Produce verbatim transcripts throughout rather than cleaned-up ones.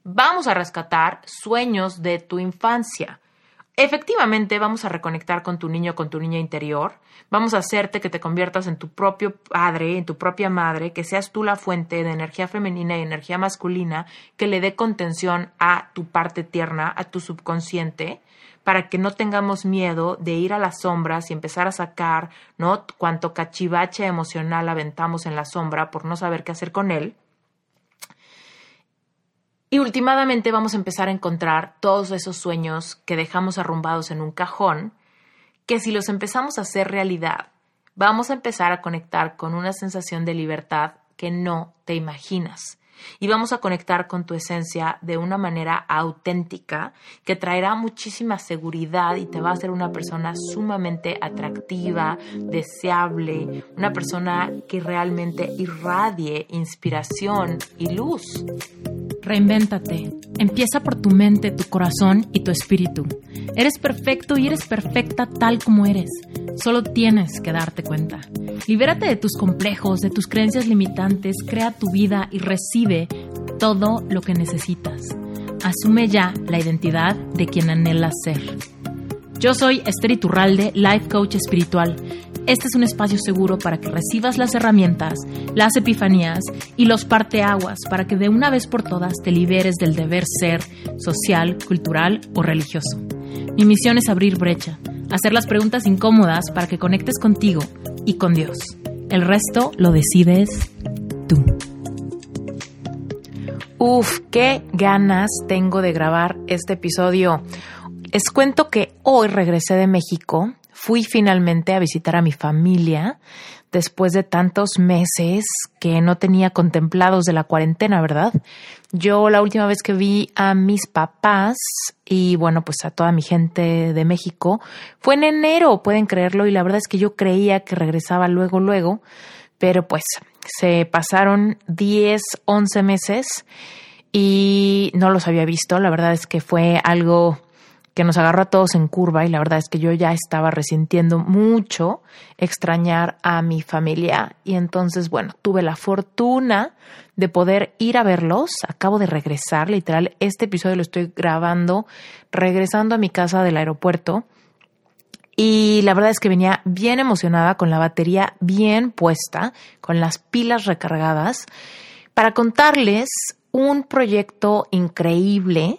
vamos a rescatar sueños de tu infancia. Efectivamente, vamos a reconectar con tu niño, con tu niña interior. Vamos a hacerte que te conviertas en tu propio padre, en tu propia madre, que seas tú la fuente de energía femenina y energía masculina que le dé contención a tu parte tierna, a tu subconsciente, para que no tengamos miedo de ir a las sombras y empezar a sacar, ¿no?, cuánto cachivache emocional aventamos en la sombra por no saber qué hacer con él. Y últimamente vamos a empezar a encontrar todos esos sueños que dejamos arrumbados en un cajón, que si los empezamos a hacer realidad, vamos a empezar a conectar con una sensación de libertad que no te imaginas. Y vamos a conectar con tu esencia de una manera auténtica que traerá muchísima seguridad y te va a hacer una persona sumamente atractiva, deseable, una persona que realmente irradie inspiración y luz. Reinvéntate. Empieza por tu mente, tu corazón y tu espíritu. Eres perfecto y eres perfecta tal como eres. Solo tienes que darte cuenta. Libérate de tus complejos, de tus creencias limitantes, crea tu vida y recibe todo lo que necesitas. Asume ya la identidad de quien anhelas ser. Yo soy Esther Iturralde, Life Coach Espiritual. Este es un espacio seguro para que recibas las herramientas, las epifanías y los parteaguas para que de una vez por todas te liberes del deber ser social, cultural o religioso. Mi misión es abrir brecha, hacer las preguntas incómodas para que conectes contigo y con Dios. El resto lo decides tú. Uf, qué ganas tengo de grabar este episodio. Les cuento que hoy regresé de México. Fui finalmente a visitar a mi familia después de tantos meses que no tenía contemplados de la cuarentena, ¿verdad? Yo la última vez que vi a mis papás y bueno, pues a toda mi gente de México fue en enero, pueden creerlo, y la verdad es que yo creía que regresaba luego, luego, pero pues se pasaron diez, once meses y no los había visto. La verdad es que fue algo que nos agarró a todos en curva y la verdad es que yo ya estaba resintiendo mucho extrañar a mi familia y entonces, bueno, tuve la fortuna de poder ir a verlos. Acabo de regresar, literal, este episodio lo estoy grabando regresando a mi casa del aeropuerto y la verdad es que venía bien emocionada, con la batería bien puesta, con las pilas recargadas, para contarles un proyecto increíble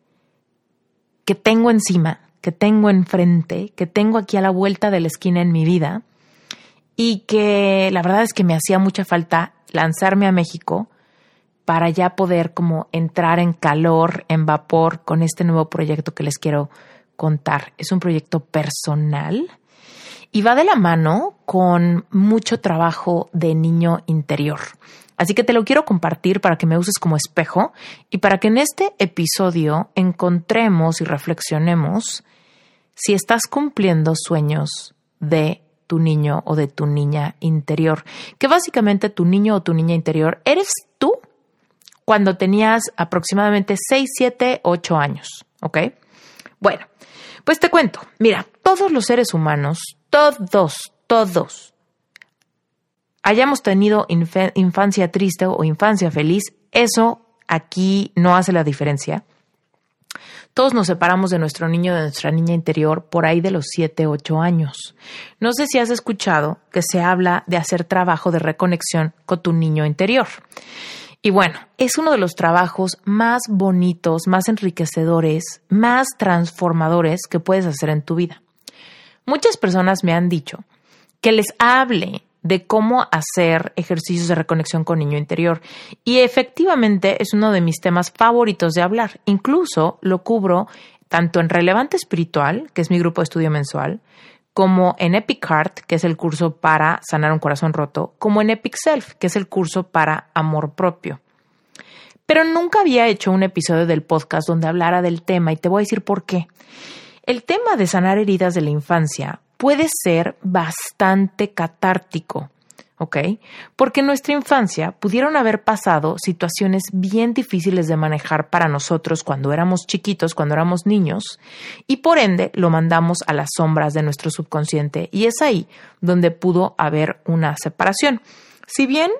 que tengo encima, que tengo enfrente, que tengo aquí a la vuelta de la esquina en mi vida y que la verdad es que me hacía mucha falta lanzarme a México para ya poder como entrar en calor, en vapor con este nuevo proyecto que les quiero contar. Es un proyecto personal y va de la mano con mucho trabajo de niño interior. Así que te lo quiero compartir para que me uses como espejo y para que en este episodio encontremos y reflexionemos si estás cumpliendo sueños de tu niño o de tu niña interior. Que básicamente tu niño o tu niña interior eres tú cuando tenías aproximadamente seis, siete, ocho años, ¿ok? Bueno, pues te cuento. Mira, todos los seres humanos, todos, todos, hayamos tenido inf- infancia triste o infancia feliz, eso aquí no hace la diferencia. Todos nos separamos de nuestro niño, de nuestra niña interior, por ahí de los siete, ocho años. No sé si has escuchado que se habla de hacer trabajo de reconexión con tu niño interior. Y bueno, es uno de los trabajos más bonitos, más enriquecedores, más transformadores que puedes hacer en tu vida. Muchas personas me han dicho que les hable de cómo hacer ejercicios de reconexión con niño interior. Y efectivamente es uno de mis temas favoritos de hablar. Incluso lo cubro tanto en Relevante Espiritual, que es mi grupo de estudio mensual, como en Epic Heart, que es el curso para sanar un corazón roto, como en Epic Self, que es el curso para amor propio. Pero nunca había hecho un episodio del podcast donde hablara del tema y te voy a decir por qué. El tema de sanar heridas de la infancia puede ser bastante catártico, ¿ok? Porque en nuestra infancia pudieron haber pasado situaciones bien difíciles de manejar para nosotros cuando éramos chiquitos, cuando éramos niños, y por ende lo mandamos a las sombras de nuestro subconsciente y es ahí donde pudo haber una separación. Si bien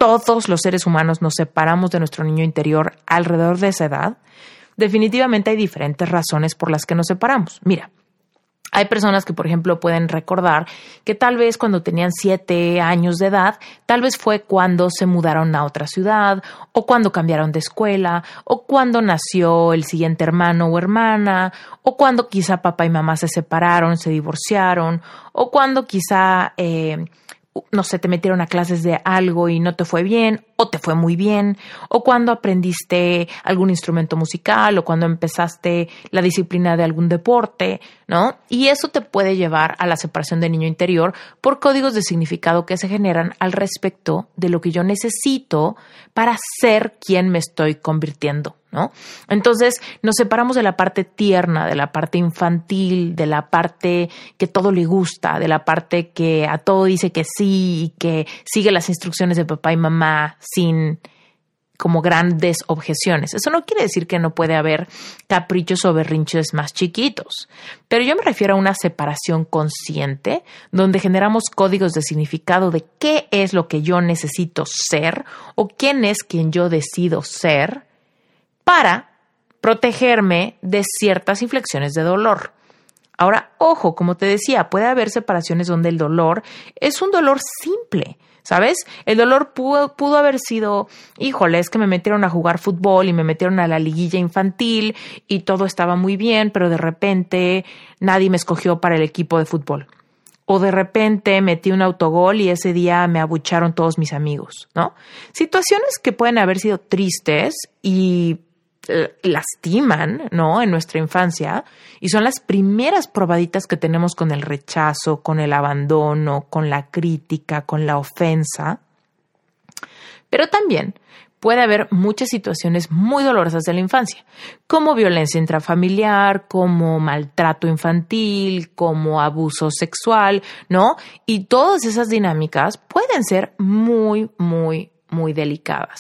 todos los seres humanos nos separamos de nuestro niño interior alrededor de esa edad, definitivamente hay diferentes razones por las que nos separamos. Mira, hay personas que, por ejemplo, pueden recordar que tal vez cuando tenían siete años de edad, tal vez fue cuando se mudaron a otra ciudad, o cuando cambiaron de escuela, o cuando nació el siguiente hermano o hermana, o cuando quizá papá y mamá se separaron, se divorciaron, o cuando quizá, eh, no sé, te metieron a clases de algo y no te fue bien, o te fue muy bien, o cuando aprendiste algún instrumento musical, o cuando empezaste la disciplina de algún deporte, ¿no? Y eso te puede llevar a la separación del niño interior por códigos de significado que se generan al respecto de lo que yo necesito para ser quien me estoy convirtiendo, ¿no? Entonces nos separamos de la parte tierna, de la parte infantil, de la parte que todo le gusta, de la parte que a todo dice que sí y que sigue las instrucciones de papá y mamá sin como grandes objeciones. Eso no quiere decir que no puede haber caprichos o berrinches más chiquitos, pero yo me refiero a una separación consciente donde generamos códigos de significado de qué es lo que yo necesito ser o quién es quien yo decido ser para protegerme de ciertas inflexiones de dolor. Ahora, ojo, como te decía, puede haber separaciones donde el dolor es un dolor simple, ¿sabes? El dolor pudo, pudo haber sido, híjole, es que me metieron a jugar fútbol y me metieron a la liguilla infantil y todo estaba muy bien, pero de repente nadie me escogió para el equipo de fútbol. O de repente metí un autogol y ese día me abucharon todos mis amigos, ¿no? Situaciones que pueden haber sido tristes y lastiman, ¿no? En nuestra infancia y son las primeras probaditas que tenemos con el rechazo, con el abandono, con la crítica, con la ofensa. Pero también puede haber muchas situaciones muy dolorosas de la infancia, como violencia intrafamiliar, como maltrato infantil, como abuso sexual, ¿no? Y todas esas dinámicas pueden ser muy, muy, muy delicadas.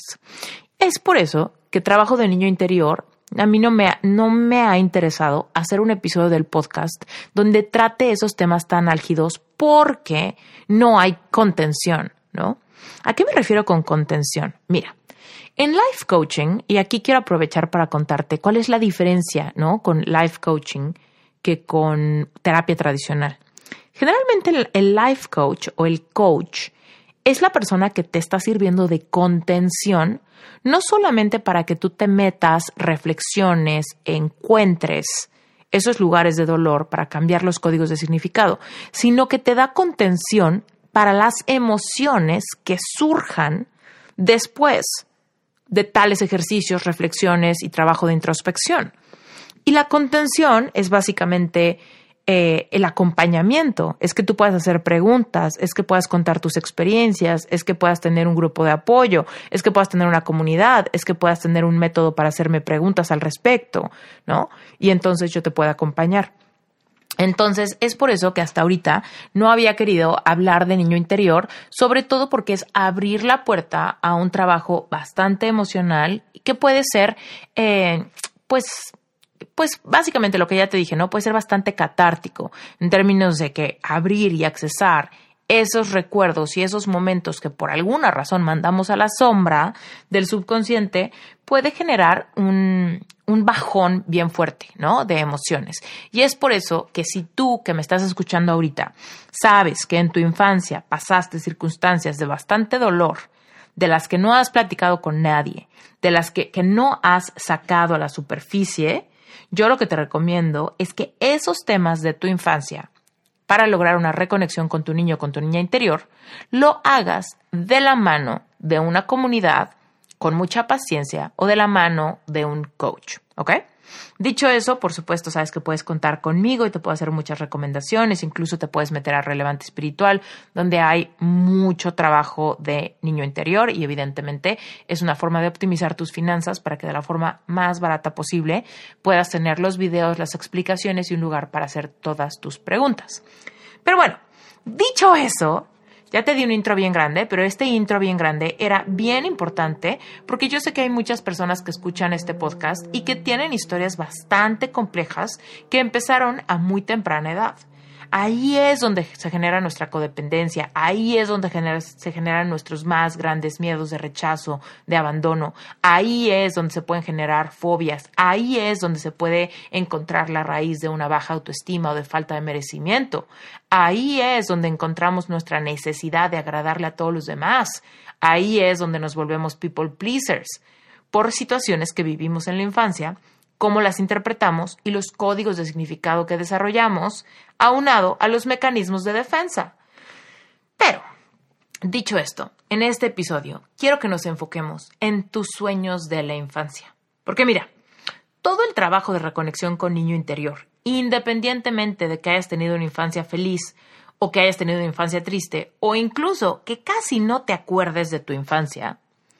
Es por eso que trabajo de niño interior, a mí no me, ha, no me ha interesado hacer un episodio del podcast donde trate esos temas tan álgidos porque no hay contención, ¿no? ¿A qué me refiero con contención? Mira, en life coaching, y aquí quiero aprovechar para contarte cuál es la diferencia, ¿no? Con life coaching que con terapia tradicional. Generalmente el, el life coach o el coach es la persona que te está sirviendo de contención, no solamente para que tú te metas, reflexiones, encuentres esos lugares de dolor para cambiar los códigos de significado, sino que te da contención para las emociones que surjan después de tales ejercicios, reflexiones y trabajo de introspección. Y la contención es básicamente Eh, el acompañamiento, es que tú puedas hacer preguntas, es que puedas contar tus experiencias, es que puedas tener un grupo de apoyo, es que puedas tener una comunidad, es que puedas tener un método para hacerme preguntas al respecto, ¿no? Y entonces yo te puedo acompañar. Entonces, es por eso que hasta ahorita no había querido hablar de niño interior, sobre todo porque es abrir la puerta a un trabajo bastante emocional que puede ser, eh, pues, Pues básicamente lo que ya te dije, ¿no? Puede ser bastante catártico en términos de que abrir y accesar esos recuerdos y esos momentos que por alguna razón mandamos a la sombra del subconsciente puede generar un, un bajón bien fuerte, ¿no? De emociones. Y es por eso que si tú que me estás escuchando ahorita sabes que en tu infancia pasaste circunstancias de bastante dolor, de las que no has platicado con nadie, de las que, que no has sacado a la superficie, yo lo que te recomiendo es que esos temas de tu infancia, para lograr una reconexión con tu niño o con tu niña interior, lo hagas de la mano de una comunidad con mucha paciencia o de la mano de un coach, ¿ok? Dicho eso, por supuesto, sabes que puedes contar conmigo y te puedo hacer muchas recomendaciones, incluso te puedes meter a Relevante Espiritual, donde hay mucho trabajo de niño interior y evidentemente es una forma de optimizar tus finanzas para que de la forma más barata posible puedas tener los videos, las explicaciones y un lugar para hacer todas tus preguntas. Pero bueno, dicho eso, ya te di un intro bien grande, pero este intro bien grande era bien importante porque yo sé que hay muchas personas que escuchan este podcast y que tienen historias bastante complejas que empezaron a muy temprana edad. Ahí es donde se genera nuestra codependencia, ahí es donde genera, se generan nuestros más grandes miedos de rechazo, de abandono, ahí es donde se pueden generar fobias, ahí es donde se puede encontrar la raíz de una baja autoestima o de falta de merecimiento, ahí es donde encontramos nuestra necesidad de agradarle a todos los demás, ahí es donde nos volvemos people pleasers, por situaciones que vivimos en la infancia, cómo las interpretamos y los códigos de significado que desarrollamos, aunado a los mecanismos de defensa. Pero, dicho esto, en este episodio quiero que nos enfoquemos en tus sueños de la infancia. Porque mira, todo el trabajo de reconexión con niño interior, independientemente de que hayas tenido una infancia feliz o que hayas tenido una infancia triste, o incluso que casi no te acuerdes de tu infancia,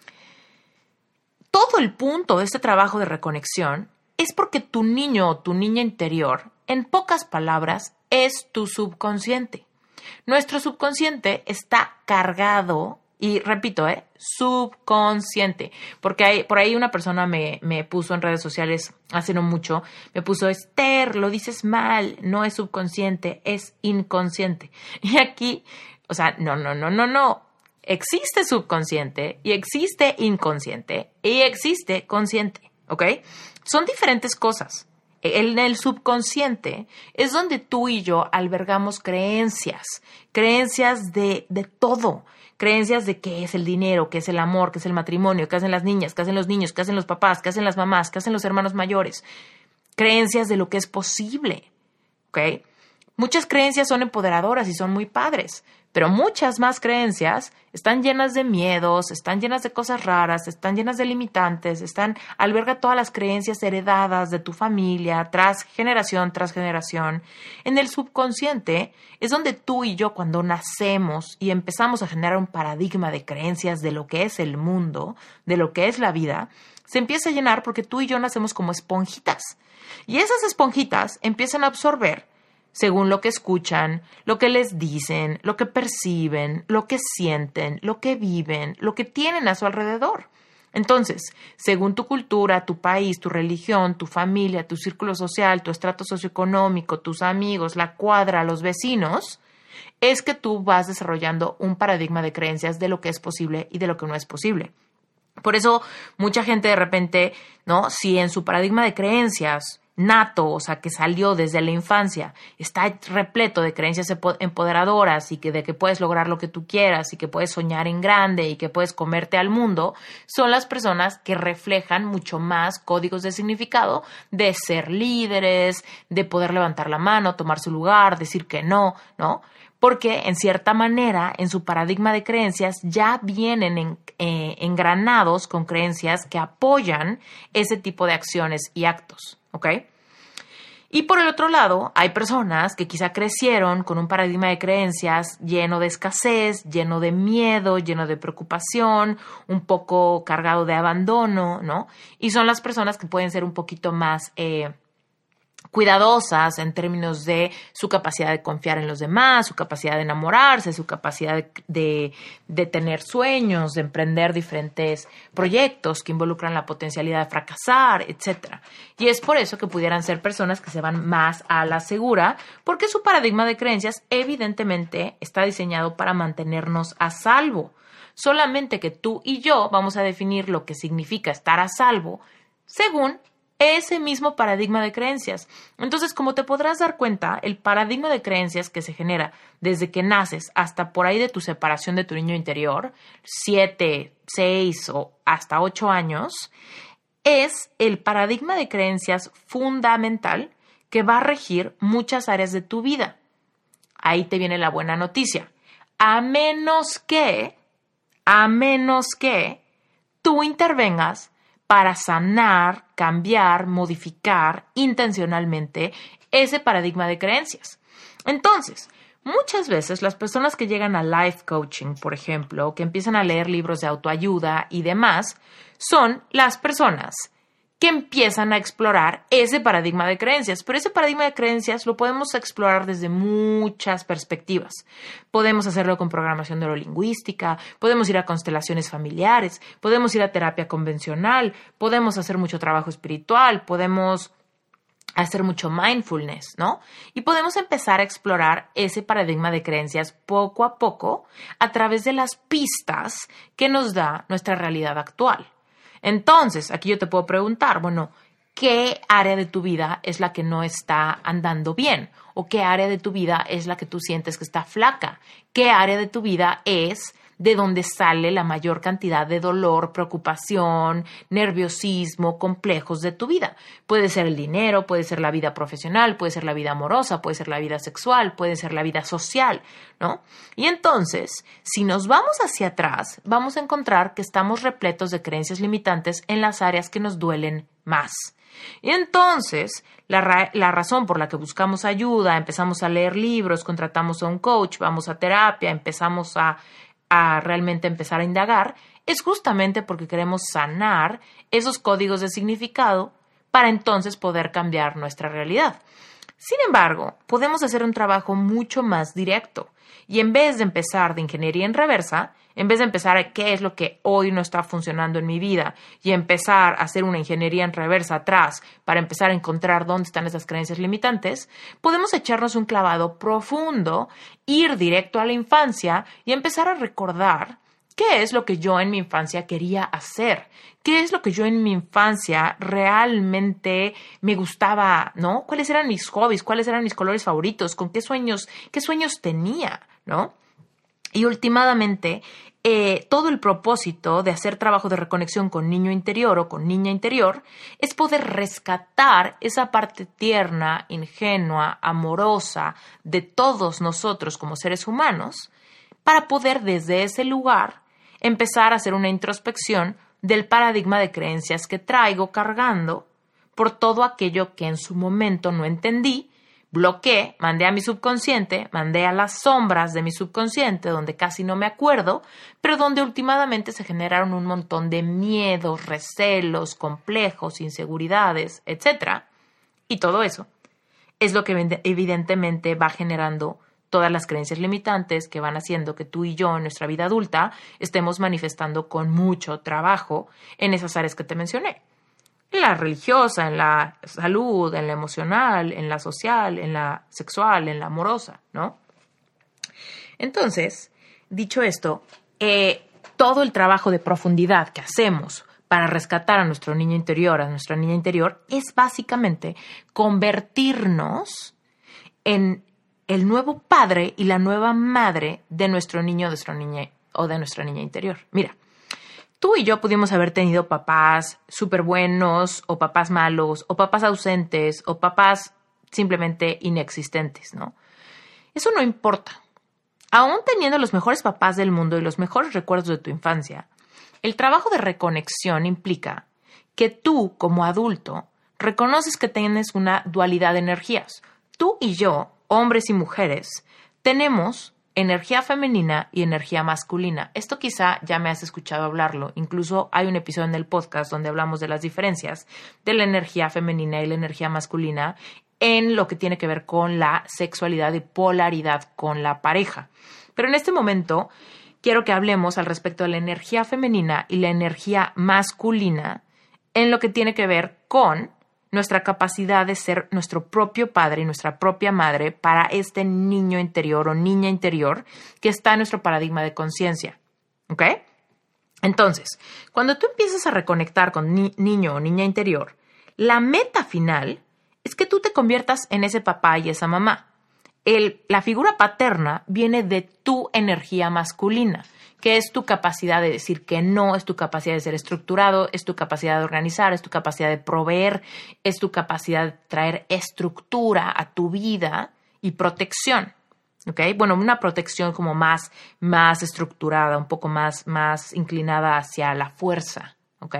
todo el punto de este trabajo de reconexión es porque tu niño o tu niña interior, en pocas palabras, es tu subconsciente. Nuestro subconsciente está cargado, y repito, ¿eh? subconsciente, porque hay, por ahí una persona me, me puso en redes sociales hace no mucho, me puso, Esther, lo dices mal, no es subconsciente, es inconsciente. Y aquí, o sea, no, no, no, no, no. Existe subconsciente y existe inconsciente y existe consciente, ¿ok? Son diferentes cosas. En el subconsciente es donde tú y yo albergamos creencias, creencias de, de todo, creencias de qué es el dinero, qué es el amor, qué es el matrimonio, qué hacen las niñas, qué hacen los niños, qué hacen los papás, qué hacen las mamás, qué hacen los hermanos mayores, creencias de lo que es posible, ¿ok? Muchas creencias son empoderadoras y son muy padres, pero muchas más creencias están llenas de miedos, están llenas de cosas raras, están llenas de limitantes, están, alberga todas las creencias heredadas de tu familia, tras generación tras generación. En el subconsciente es donde tú y yo, cuando nacemos y empezamos a generar un paradigma de creencias de lo que es el mundo, de lo que es la vida, se empieza a llenar porque tú y yo nacemos como esponjitas. Y esas esponjitas empiezan a absorber según lo que escuchan, lo que les dicen, lo que perciben, lo que sienten, lo que viven, lo que tienen a su alrededor. Entonces, según tu cultura, tu país, tu religión, tu familia, tu círculo social, tu estrato socioeconómico, tus amigos, la cuadra, los vecinos, es que tú vas desarrollando un paradigma de creencias de lo que es posible y de lo que no es posible. Por eso, mucha gente de repente, ¿no? Si en su paradigma de creencias nato, o sea, que salió desde la infancia, está repleto de creencias empoderadoras y que de que puedes lograr lo que tú quieras y que puedes soñar en grande y que puedes comerte al mundo, son las personas que reflejan mucho más códigos de significado de ser líderes, de poder levantar la mano, tomar su lugar, decir que no, ¿no? Porque en cierta manera, en su paradigma de creencias, ya vienen en, eh, engranados con creencias que apoyan ese tipo de acciones y actos, ¿ok? Y por el otro lado, hay personas que quizá crecieron con un paradigma de creencias lleno de escasez, lleno de miedo, lleno de preocupación, un poco cargado de abandono, ¿no? Y son las personas que pueden ser un poquito más eh, cuidadosas en términos de su capacidad de confiar en los demás, su capacidad de enamorarse, su capacidad de, de, de tener sueños, de emprender diferentes proyectos que involucran la potencialidad de fracasar, etcétera. Y es por eso que pudieran ser personas que se van más a la segura, porque su paradigma de creencias evidentemente está diseñado para mantenernos a salvo. Solamente que tú y yo vamos a definir lo que significa estar a salvo según ese mismo paradigma de creencias. Entonces, como te podrás dar cuenta, el paradigma de creencias que se genera desde que naces hasta por ahí de tu separación de tu niño interior, siete, seis o hasta ocho años, es el paradigma de creencias fundamental que va a regir muchas áreas de tu vida. Ahí te viene la buena noticia. A menos que, a menos que tú intervengas para sanar, cambiar, modificar intencionalmente ese paradigma de creencias. Entonces, muchas veces las personas que llegan a life coaching, por ejemplo, que empiezan a leer libros de autoayuda y demás, son las personas que empiezan a explorar ese paradigma de creencias. Pero ese paradigma de creencias lo podemos explorar desde muchas perspectivas. Podemos hacerlo con programación neurolingüística, podemos ir a constelaciones familiares, podemos ir a terapia convencional, podemos hacer mucho trabajo espiritual, podemos hacer mucho mindfulness, ¿no? Y podemos empezar a explorar ese paradigma de creencias poco a poco a través de las pistas que nos da nuestra realidad actual. Entonces, aquí yo te puedo preguntar, bueno, ¿qué área de tu vida es la que no está andando bien? ¿O qué área de tu vida es la que tú sientes que está flaca? ¿Qué área de tu vida es de donde sale la mayor cantidad de dolor, preocupación, nerviosismo, complejos de tu vida? Puede ser el dinero, puede ser la vida profesional, puede ser la vida amorosa, puede ser la vida sexual, puede ser la vida social, ¿no? Y entonces, si nos vamos hacia atrás, vamos a encontrar que estamos repletos de creencias limitantes en las áreas que nos duelen más. Y entonces, la, ra- la razón por la que buscamos ayuda, empezamos a leer libros, contratamos a un coach, vamos a terapia, empezamos a a realmente empezar a indagar, es justamente porque queremos sanar esos códigos de significado para entonces poder cambiar nuestra realidad. Sin embargo, podemos hacer un trabajo mucho más directo y en vez de empezar de ingeniería en reversa, en vez de empezar a qué es lo que hoy no está funcionando en mi vida y empezar a hacer una ingeniería en reversa atrás para empezar a encontrar dónde están esas creencias limitantes, podemos echarnos un clavado profundo, ir directo a la infancia y empezar a recordar qué es lo que yo en mi infancia quería hacer, qué es lo que yo en mi infancia realmente me gustaba, ¿no? ¿Cuáles eran mis hobbies? ¿Cuáles eran mis colores favoritos? ¿Con qué sueños, qué sueños tenía, ¿no? Y últimamente, eh, todo el propósito de hacer trabajo de reconexión con niño interior o con niña interior es poder rescatar esa parte tierna, ingenua, amorosa de todos nosotros como seres humanos para poder desde ese lugar empezar a hacer una introspección del paradigma de creencias que traigo cargando por todo aquello que en su momento no entendí, bloqueé, mandé a mi subconsciente, mandé a las sombras de mi subconsciente, donde casi no me acuerdo, pero donde últimamente se generaron un montón de miedos, recelos, complejos, inseguridades, etcétera. Y todo eso es lo que evidentemente va generando todas las creencias limitantes que van haciendo que tú y yo en nuestra vida adulta estemos manifestando con mucho trabajo en esas áreas que te mencioné. En la religiosa, en la salud, en la emocional, en la social, en la sexual, en la amorosa, ¿no? Entonces, dicho esto, eh, todo el trabajo de profundidad que hacemos para rescatar a nuestro niño interior, a nuestra niña interior, es básicamente convertirnos en el nuevo padre y la nueva madre de nuestro niño, de nuestra niña o de nuestra niña interior. Mira, tú y yo pudimos haber tenido papás súper buenos o papás malos o papás ausentes o papás simplemente inexistentes, ¿no? Eso no importa. Aún teniendo los mejores papás del mundo y los mejores recuerdos de tu infancia, el trabajo de reconexión implica que tú, como adulto, reconoces que tienes una dualidad de energías. Tú y yo, hombres y mujeres, tenemos energía femenina y energía masculina. Esto quizá ya me has escuchado hablarlo. Incluso hay un episodio en el podcast donde hablamos de las diferencias de la energía femenina y la energía masculina en lo que tiene que ver con la sexualidad y polaridad con la pareja. Pero en este momento quiero que hablemos al respecto de la energía femenina y la energía masculina en lo que tiene que ver con nuestra capacidad de ser nuestro propio padre y nuestra propia madre para este niño interior o niña interior que está en nuestro paradigma de conciencia. ¿Ok? Entonces, cuando tú empiezas a reconectar con ni- niño o niña interior, la meta final es que tú te conviertas en ese papá y esa mamá. El, la figura paterna viene de tu energía masculina, que es tu capacidad de decir que no, es tu capacidad de ser estructurado, es tu capacidad de organizar, es tu capacidad de proveer, es tu capacidad de traer estructura a tu vida y protección. ¿Ok? Bueno, una protección como más, más estructurada, un poco más, más inclinada hacia la fuerza. ¿Ok?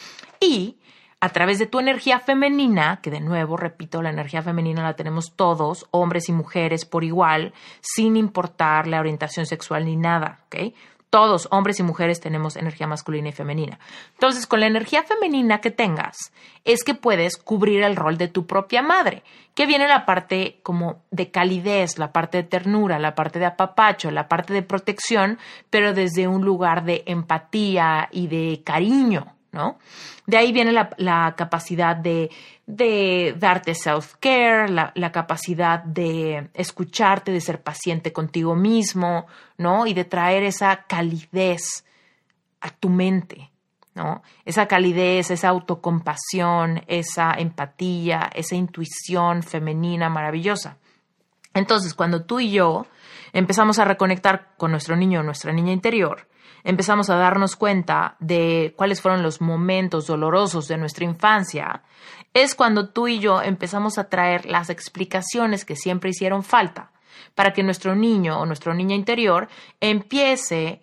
Y a través de tu energía femenina, que de nuevo, repito, la energía femenina la tenemos todos, hombres y mujeres por igual, sin importar la orientación sexual ni nada, ¿ok? Todos, hombres y mujeres, tenemos energía masculina y femenina. Entonces, con la energía femenina que tengas, es que puedes cubrir el rol de tu propia madre, que viene la parte como de calidez, la parte de ternura, la parte de apapacho, la parte de protección, pero desde un lugar de empatía y de cariño, ¿no? De ahí viene la, la capacidad de, de darte self-care, la, la capacidad de escucharte, de ser paciente contigo mismo, ¿no? Y de traer esa calidez a tu mente, ¿no? Esa calidez, esa autocompasión, esa empatía, esa intuición femenina maravillosa. Entonces, cuando tú y yo empezamos a reconectar con nuestro niño o nuestra niña interior, empezamos a darnos cuenta de cuáles fueron los momentos dolorosos de nuestra infancia, es cuando tú y yo empezamos a traer las explicaciones que siempre hicieron falta para que nuestro niño o nuestra niña interior empiece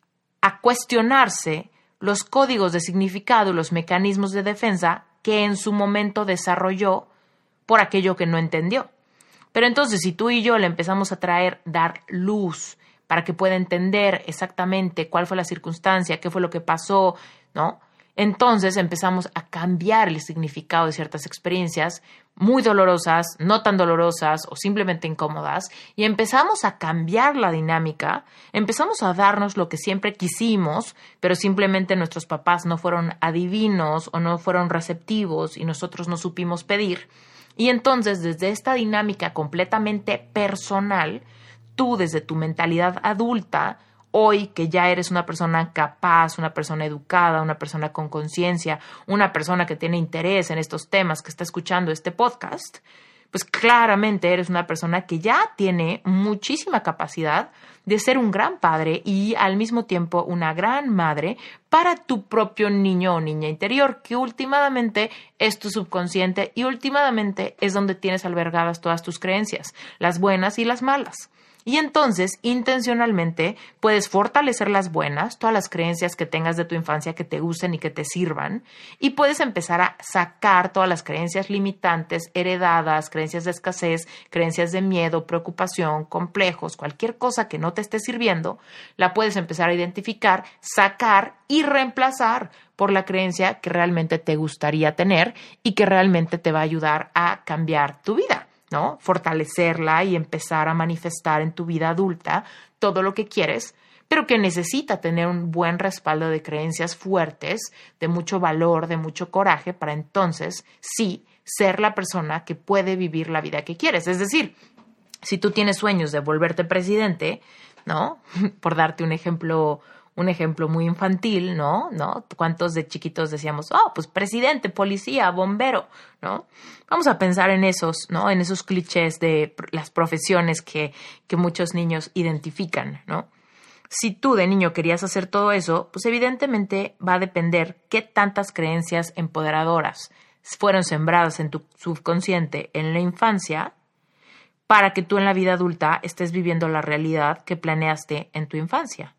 a cuestionarse los códigos de significado y los mecanismos de defensa que en su momento desarrolló por aquello que no entendió. Pero entonces, si tú y yo le empezamos a traer, dar luz para que pueda entender exactamente cuál fue la circunstancia, qué fue lo que pasó, ¿no? Entonces empezamos a cambiar el significado de ciertas experiencias muy dolorosas, no tan dolorosas o simplemente incómodas, y empezamos a cambiar la dinámica, empezamos a darnos lo que siempre quisimos, pero simplemente nuestros papás no fueron adivinos o no fueron receptivos y nosotros no supimos pedir. Y entonces, desde esta dinámica completamente personal, tú desde tu mentalidad adulta, hoy que ya eres una persona capaz, una persona educada, una persona con conciencia, una persona que tiene interés en estos temas, que está escuchando este podcast, pues claramente eres una persona que ya tiene muchísima capacidad de ser un gran padre y al mismo tiempo una gran madre para tu propio niño o niña interior, que últimamente es tu subconsciente y últimamente es donde tienes albergadas todas tus creencias, las buenas y las malas. Y entonces, intencionalmente, puedes fortalecer las buenas, todas las creencias que tengas de tu infancia que te gusten y que te sirvan, y puedes empezar a sacar todas las creencias limitantes, heredadas, creencias de escasez, creencias de miedo, preocupación, complejos, cualquier cosa que no te esté sirviendo, la puedes empezar a identificar, sacar y reemplazar por la creencia que realmente te gustaría tener y que realmente te va a ayudar a cambiar tu vida, ¿no? Fortalecerla y empezar a manifestar en tu vida adulta todo lo que quieres, pero que necesita tener un buen respaldo de creencias fuertes, de mucho valor, de mucho coraje, para entonces sí ser la persona que puede vivir la vida que quieres. Es decir, si tú tienes sueños de volverte presidente, ¿no? Por darte un ejemplo Un ejemplo muy infantil, ¿no? ¿No? ¿Cuántos de chiquitos decíamos, oh, pues presidente, policía, bombero, ¿no? Vamos a pensar en esos, ¿no? En esos clichés de las profesiones que, que muchos niños identifican, ¿no? Si tú de niño querías hacer todo eso, pues evidentemente va a depender qué tantas creencias empoderadoras fueron sembradas en tu subconsciente en la infancia para que tú en la vida adulta estés viviendo la realidad que planeaste en tu infancia.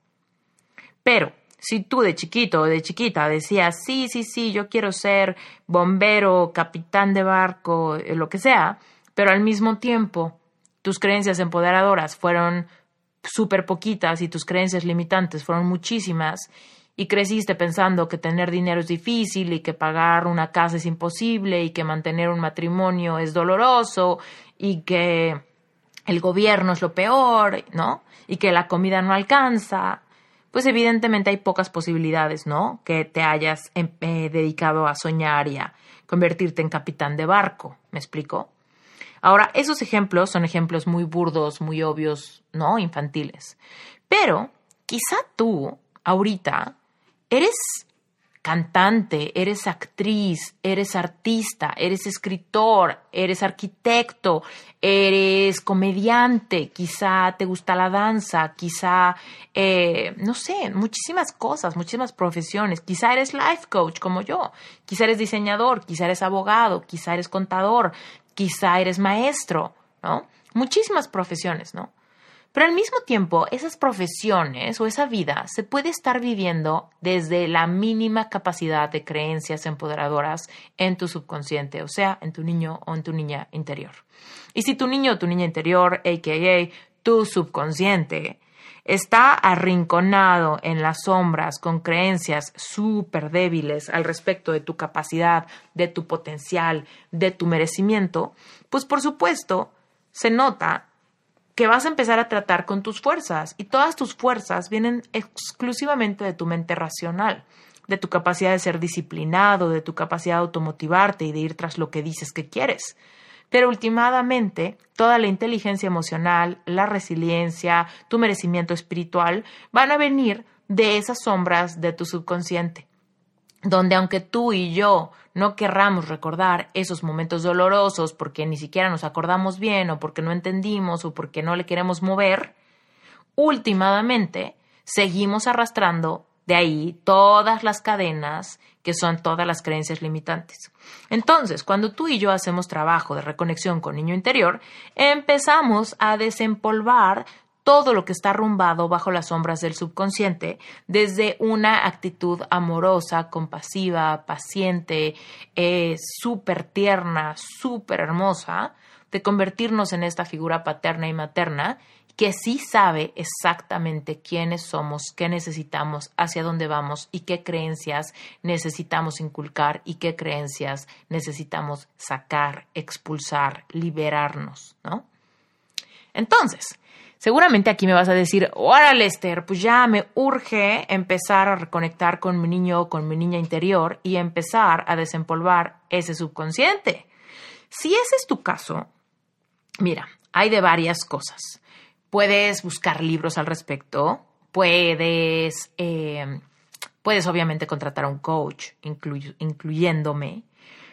Pero si tú de chiquito o de chiquita decías, sí, sí, sí, yo quiero ser bombero, capitán de barco, lo que sea, pero al mismo tiempo tus creencias empoderadoras fueron súper poquitas y tus creencias limitantes fueron muchísimas y creciste pensando que tener dinero es difícil y que pagar una casa es imposible y que mantener un matrimonio es doloroso y que el gobierno es lo peor, ¿no? Y que la comida no alcanza, pues evidentemente hay pocas posibilidades, ¿no? Que te hayas eh, dedicado a soñar y a convertirte en capitán de barco, ¿me explico? Ahora, esos ejemplos son ejemplos muy burdos, muy obvios, ¿no? Infantiles. Pero quizá tú, ahorita, eres cantante, eres actriz, eres artista, eres escritor, eres arquitecto, eres comediante, quizá te gusta la danza, quizá, eh, no sé, muchísimas cosas, muchísimas profesiones. Quizá eres life coach como yo, quizá eres diseñador, quizá eres abogado, quizá eres contador, quizá eres maestro, ¿no? Muchísimas profesiones, ¿no? Pero al mismo tiempo, esas profesiones o esa vida se puede estar viviendo desde la mínima capacidad de creencias empoderadoras en tu subconsciente, o sea, en tu niño o en tu niña interior. Y si tu niño o tu niña interior, a k a tu subconsciente, está arrinconado en las sombras con creencias súper débiles al respecto de tu capacidad, de tu potencial, de tu merecimiento, pues por supuesto se nota que vas a empezar a tratar con tus fuerzas y todas tus fuerzas vienen exclusivamente de tu mente racional. de tu capacidad de ser disciplinado, de tu capacidad de automotivarte y de ir tras lo que dices que quieres. Pero últimamente, toda la inteligencia emocional, la resiliencia, tu merecimiento espiritual van a venir de esas sombras de tu subconsciente, donde aunque tú y yo no querramos recordar esos momentos dolorosos porque ni siquiera nos acordamos bien o porque no entendimos o porque no le queremos mover, últimamente seguimos arrastrando de ahí todas las cadenas que son todas las creencias limitantes. Entonces, cuando tú y yo hacemos trabajo de reconexión con niño interior, empezamos a desempolvar todo lo que está arrumbado bajo las sombras del subconsciente, desde una actitud amorosa, compasiva, paciente, eh, súper tierna, súper hermosa, de convertirnos en esta figura paterna y materna que sí sabe exactamente quiénes somos, qué necesitamos, hacia dónde vamos y qué creencias necesitamos inculcar y qué creencias necesitamos sacar, expulsar, liberarnos, ¿no? Entonces, seguramente aquí me vas a decir, órale, Esther, pues ya me urge empezar a reconectar con mi niño o con mi niña interior y empezar a desempolvar ese subconsciente. Si ese es tu caso, mira, hay de varias cosas. Puedes buscar libros al respecto, puedes, eh, puedes obviamente contratar a un coach, incluy- incluyéndome,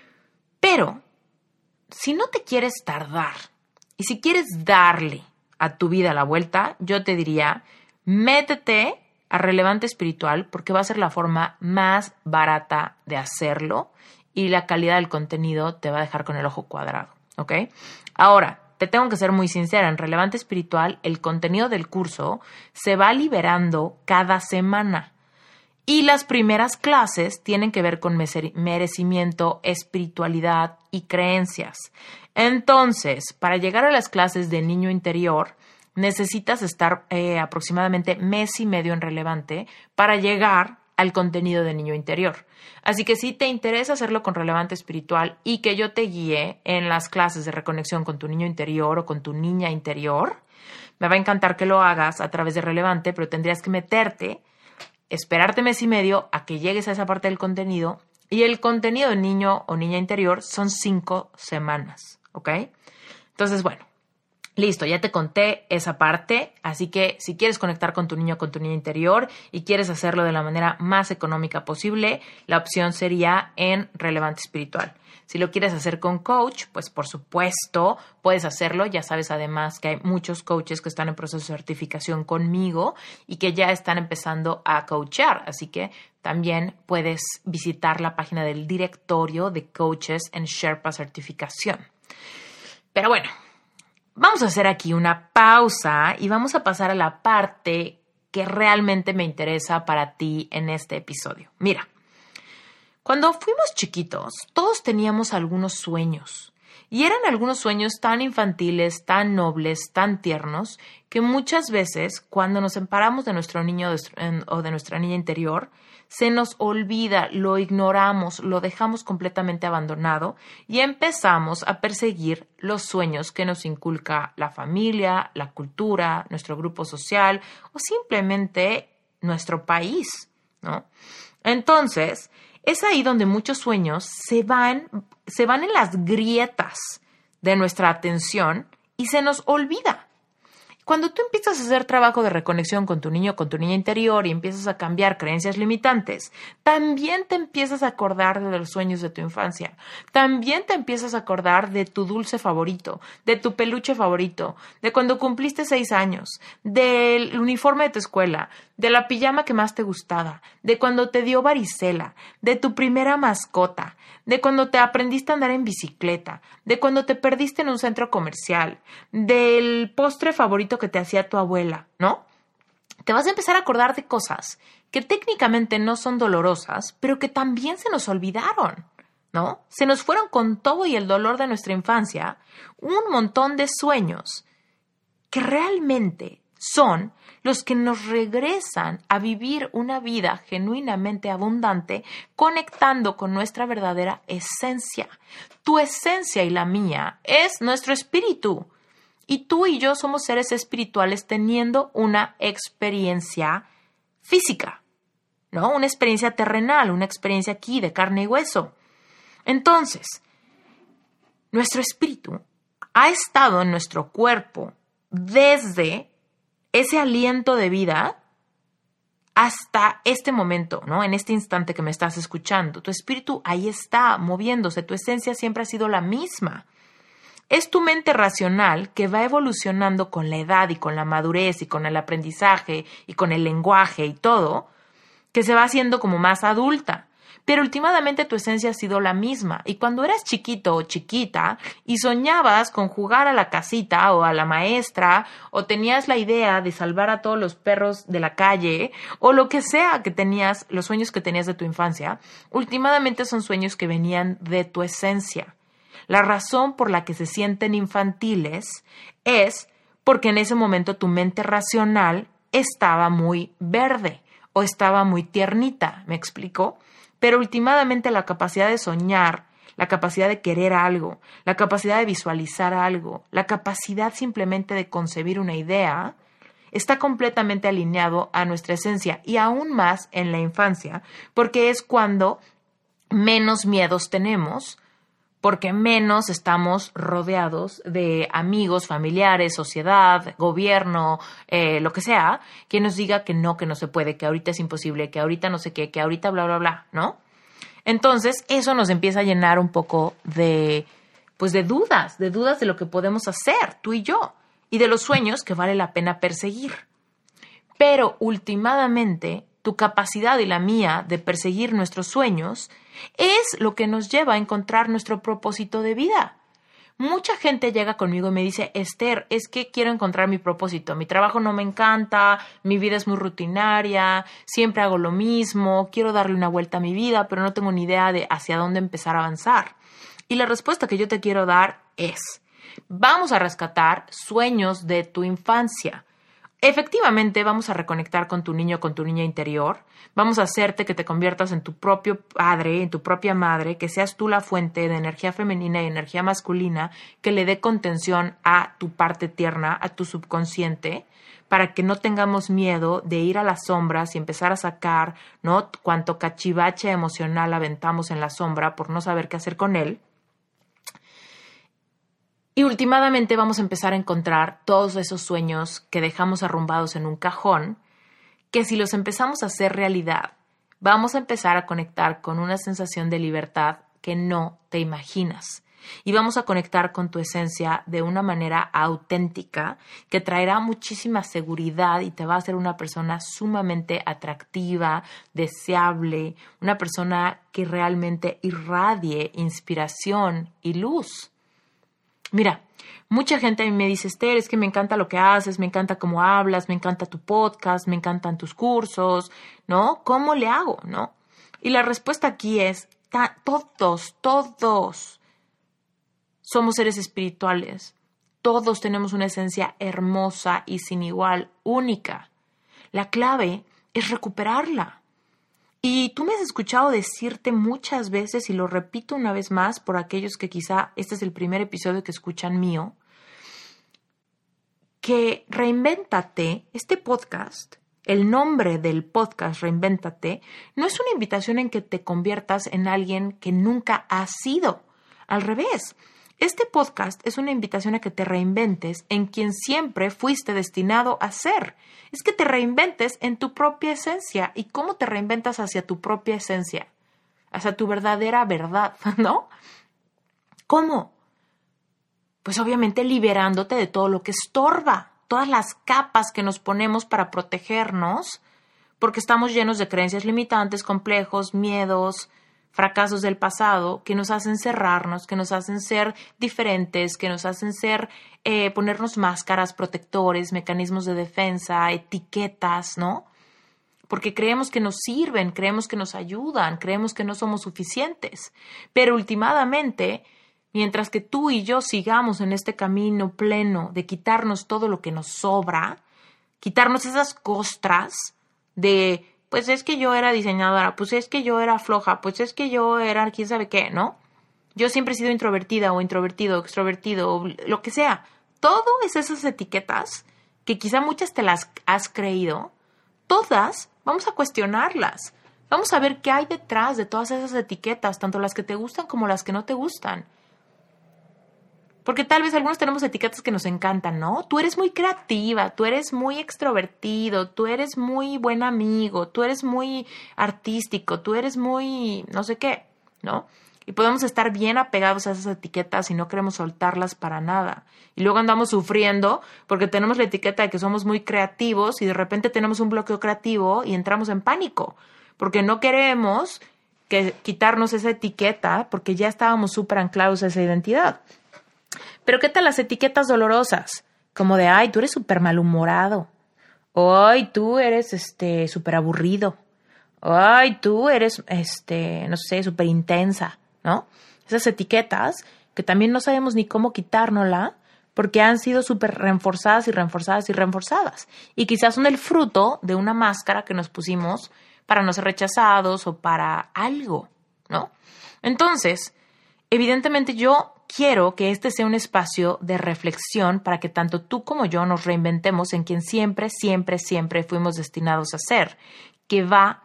pero si no te quieres tardar y si quieres darle a tu vida la vuelta, yo te diría, métete a Relevante Espiritual porque va a ser la forma más barata de hacerlo y la calidad del contenido te va a dejar con el ojo cuadrado, ¿ok? Ahora, te tengo que ser muy sincera, en Relevante Espiritual el contenido del curso se va liberando cada semana y las primeras clases tienen que ver con merecimiento, espiritualidad y creencias. Entonces, para llegar a las clases de niño interior, necesitas estar eh, aproximadamente mes y medio en Relevante para llegar al contenido de niño interior. Así que si te interesa hacerlo con Relevante Espiritual y que yo te guíe en las clases de reconexión con tu niño interior o con tu niña interior, me va a encantar que lo hagas a través de Relevante, pero tendrías que meterte, esperarte mes y medio a que llegues a esa parte del contenido y el contenido de niño o niña interior son cinco semanas, ¿ok? Entonces, bueno, listo, ya te conté esa parte, así que si quieres conectar con tu niño o con tu niña interior y quieres hacerlo de la manera más económica posible, la opción sería en Relevante Espiritual. Si lo quieres hacer con coach, pues por supuesto puedes hacerlo. Ya sabes además que hay muchos coaches que están en proceso de certificación conmigo y que ya están empezando a coachar, así que también puedes visitar la página del directorio de coaches en Sherpa Certificación. Pero bueno, vamos a hacer aquí una pausa y vamos a pasar a la parte que realmente me interesa para ti en este episodio. Mira, cuando fuimos chiquitos, todos teníamos algunos sueños y eran algunos sueños tan infantiles, tan nobles, tan tiernos, que muchas veces cuando nos separamos de nuestro niño o de nuestra niña interior, se nos olvida, lo ignoramos, lo dejamos completamente abandonado y empezamos a perseguir los sueños que nos inculca la familia, la cultura, nuestro grupo social o simplemente nuestro país, ¿no? Entonces, es ahí donde muchos sueños se van, se van en las grietas de nuestra atención y se nos olvida. Cuando tú empiezas a hacer trabajo de reconexión con tu niño, con tu niña interior y empiezas a cambiar creencias limitantes, también te empiezas a acordar de los sueños de tu infancia. También te empiezas a acordar de tu dulce favorito, de tu peluche favorito, de cuando cumpliste seis años, del uniforme de tu escuela, de la pijama que más te gustaba, de cuando te dio varicela, de tu primera mascota, de cuando te aprendiste a andar en bicicleta, de cuando te perdiste en un centro comercial, del postre favorito que te hacía tu abuela, ¿no? Te vas a empezar a acordar de cosas que técnicamente no son dolorosas, pero que también se nos olvidaron, ¿no? Se nos fueron con todo y el dolor de nuestra infancia un montón de sueños que realmente son los que nos regresan a vivir una vida genuinamente abundante, conectando con nuestra verdadera esencia. Tu esencia y la mía es nuestro espíritu. Y tú y yo somos seres espirituales teniendo una experiencia física. ¿no? Una experiencia terrenal, una experiencia aquí de carne y hueso. Entonces, nuestro espíritu ha estado en nuestro cuerpo desde ese aliento de vida hasta este momento, ¿no? En este instante que me estás escuchando. Tu espíritu ahí está, moviéndose. Tu esencia siempre ha sido la misma. Es tu mente racional que va evolucionando con la edad y con la madurez y con el aprendizaje y con el lenguaje y todo, que se va haciendo como más adulta. Pero últimamente tu esencia ha sido la misma. Y cuando eras chiquito o chiquita y soñabas con jugar a la casita o a la maestra, o tenías la idea de salvar a todos los perros de la calle, o lo que sea que tenías, los sueños que tenías de tu infancia, últimamente son sueños que venían de tu esencia. La razón por la que se sienten infantiles es porque en ese momento tu mente racional estaba muy verde o estaba muy tiernita, ¿me explico? Pero últimamente la capacidad de soñar, la capacidad de querer algo, la capacidad de visualizar algo, la capacidad simplemente de concebir una idea, está completamente alineado a nuestra esencia y aún más en la infancia, porque es cuando menos miedos tenemos, porque menos estamos rodeados de amigos, familiares, sociedad, gobierno, eh, lo que sea, que nos diga que no, que no se puede, que ahorita es imposible, que ahorita no sé qué, que ahorita bla, bla, bla, ¿no? Entonces, eso nos empieza a llenar un poco de, pues de dudas, de dudas de lo que podemos hacer, tú y yo, y de los sueños que vale la pena perseguir. Pero, últimamente, tu capacidad y la mía de perseguir nuestros sueños es lo que nos lleva a encontrar nuestro propósito de vida. Mucha gente llega conmigo y me dice, Esther, es que quiero encontrar mi propósito. Mi trabajo no me encanta, mi vida es muy rutinaria, siempre hago lo mismo, quiero darle una vuelta a mi vida, pero no tengo ni idea de hacia dónde empezar a avanzar. Y la respuesta que yo te quiero dar es, vamos a rescatar sueños de tu infancia. Efectivamente, vamos a reconectar con tu niño, con tu niña interior. Vamos a hacerte que te conviertas en tu propio padre, en tu propia madre, que seas tú la fuente de energía femenina y energía masculina que le dé contención a tu parte tierna, a tu subconsciente, para que no tengamos miedo de ir a las sombras y empezar a sacar, ¿no?, cuánto cachivache emocional aventamos en la sombra por no saber qué hacer con él. Y últimamente vamos a empezar a encontrar todos esos sueños que dejamos arrumbados en un cajón, que si los empezamos a hacer realidad, vamos a empezar a conectar con una sensación de libertad que no te imaginas. Y vamos a conectar con tu esencia de una manera auténtica que traerá muchísima seguridad y te va a hacer una persona sumamente atractiva, deseable, una persona que realmente irradie inspiración y luz. Mira, mucha gente a mí me dice, Esther, es que me encanta lo que haces, me encanta cómo hablas, me encanta tu podcast, me encantan tus cursos, ¿no? ¿Cómo le hago, no? Y la respuesta aquí es, ta- todos, todos somos seres espirituales. Todos tenemos una esencia hermosa y sin igual, única. La clave es recuperarla. Y tú me has escuchado decirte muchas veces, y lo repito una vez más por aquellos que quizá este es el primer episodio que escuchan mío, que Reinvéntate, este podcast, el nombre del podcast Reinvéntate, no es una invitación en que te conviertas en alguien que nunca has sido. Al revés, este podcast es una invitación a que te reinventes en quien siempre fuiste destinado a ser. Es que te reinventes en tu propia esencia. ¿Y cómo te reinventas hacia tu propia esencia? Hacia tu verdadera verdad, ¿no? ¿Cómo? Pues obviamente liberándote de todo lo que estorba, todas las capas que nos ponemos para protegernos, porque estamos llenos de creencias limitantes, complejos, miedos, fracasos del pasado que nos hacen cerrarnos, que nos hacen ser diferentes, que nos hacen ser, eh, ponernos máscaras, protectores, mecanismos de defensa, etiquetas, ¿no? Porque creemos que nos sirven, creemos que nos ayudan, creemos que no somos suficientes. Pero últimamente, mientras que tú y yo sigamos en este camino pleno de quitarnos todo lo que nos sobra, quitarnos esas costras de pues es que yo era diseñadora, pues es que yo era floja, pues es que yo era quién sabe qué, ¿no? Yo siempre he sido introvertida o introvertido, extrovertido, o lo que sea. Todas esas etiquetas, que quizá muchas te las has creído, todas vamos a cuestionarlas. Vamos a ver qué hay detrás de todas esas etiquetas, tanto las que te gustan como las que no te gustan. Porque tal vez algunos tenemos etiquetas que nos encantan, ¿no? Tú eres muy creativa, tú eres muy extrovertido, tú eres muy buen amigo, tú eres muy artístico, tú eres muy no sé qué, ¿no? Y podemos estar bien apegados a esas etiquetas y no queremos soltarlas para nada. Y luego andamos sufriendo porque tenemos la etiqueta de que somos muy creativos y de repente tenemos un bloqueo creativo y entramos en pánico. Porque no queremos que quitarnos esa etiqueta porque ya estábamos súper anclados a esa identidad. Pero ¿qué tal las etiquetas dolorosas? Como de, ay, tú eres súper malhumorado. Ay, tú eres este súper aburrido. Ay, tú eres, este, no sé, súper intensa, ¿no? Esas etiquetas que también no sabemos ni cómo quitárnosla porque han sido súper reforzadas y reforzadas y reforzadas. Y quizás son el fruto de una máscara que nos pusimos para no ser rechazados o para algo, ¿no? Entonces, evidentemente yo quiero que este sea un espacio de reflexión para que tanto tú como yo nos reinventemos en quien siempre, siempre, siempre fuimos destinados a ser, que va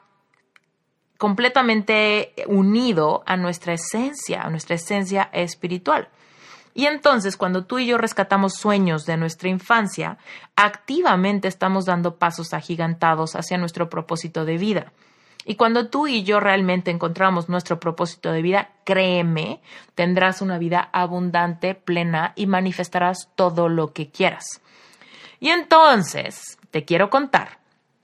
completamente unido a nuestra esencia, a nuestra esencia espiritual. Y entonces, cuando tú y yo rescatamos sueños de nuestra infancia, activamente estamos dando pasos agigantados hacia nuestro propósito de vida. Y cuando tú y yo realmente encontramos nuestro propósito de vida, créeme, tendrás una vida abundante, plena y manifestarás todo lo que quieras. Y entonces, te quiero contar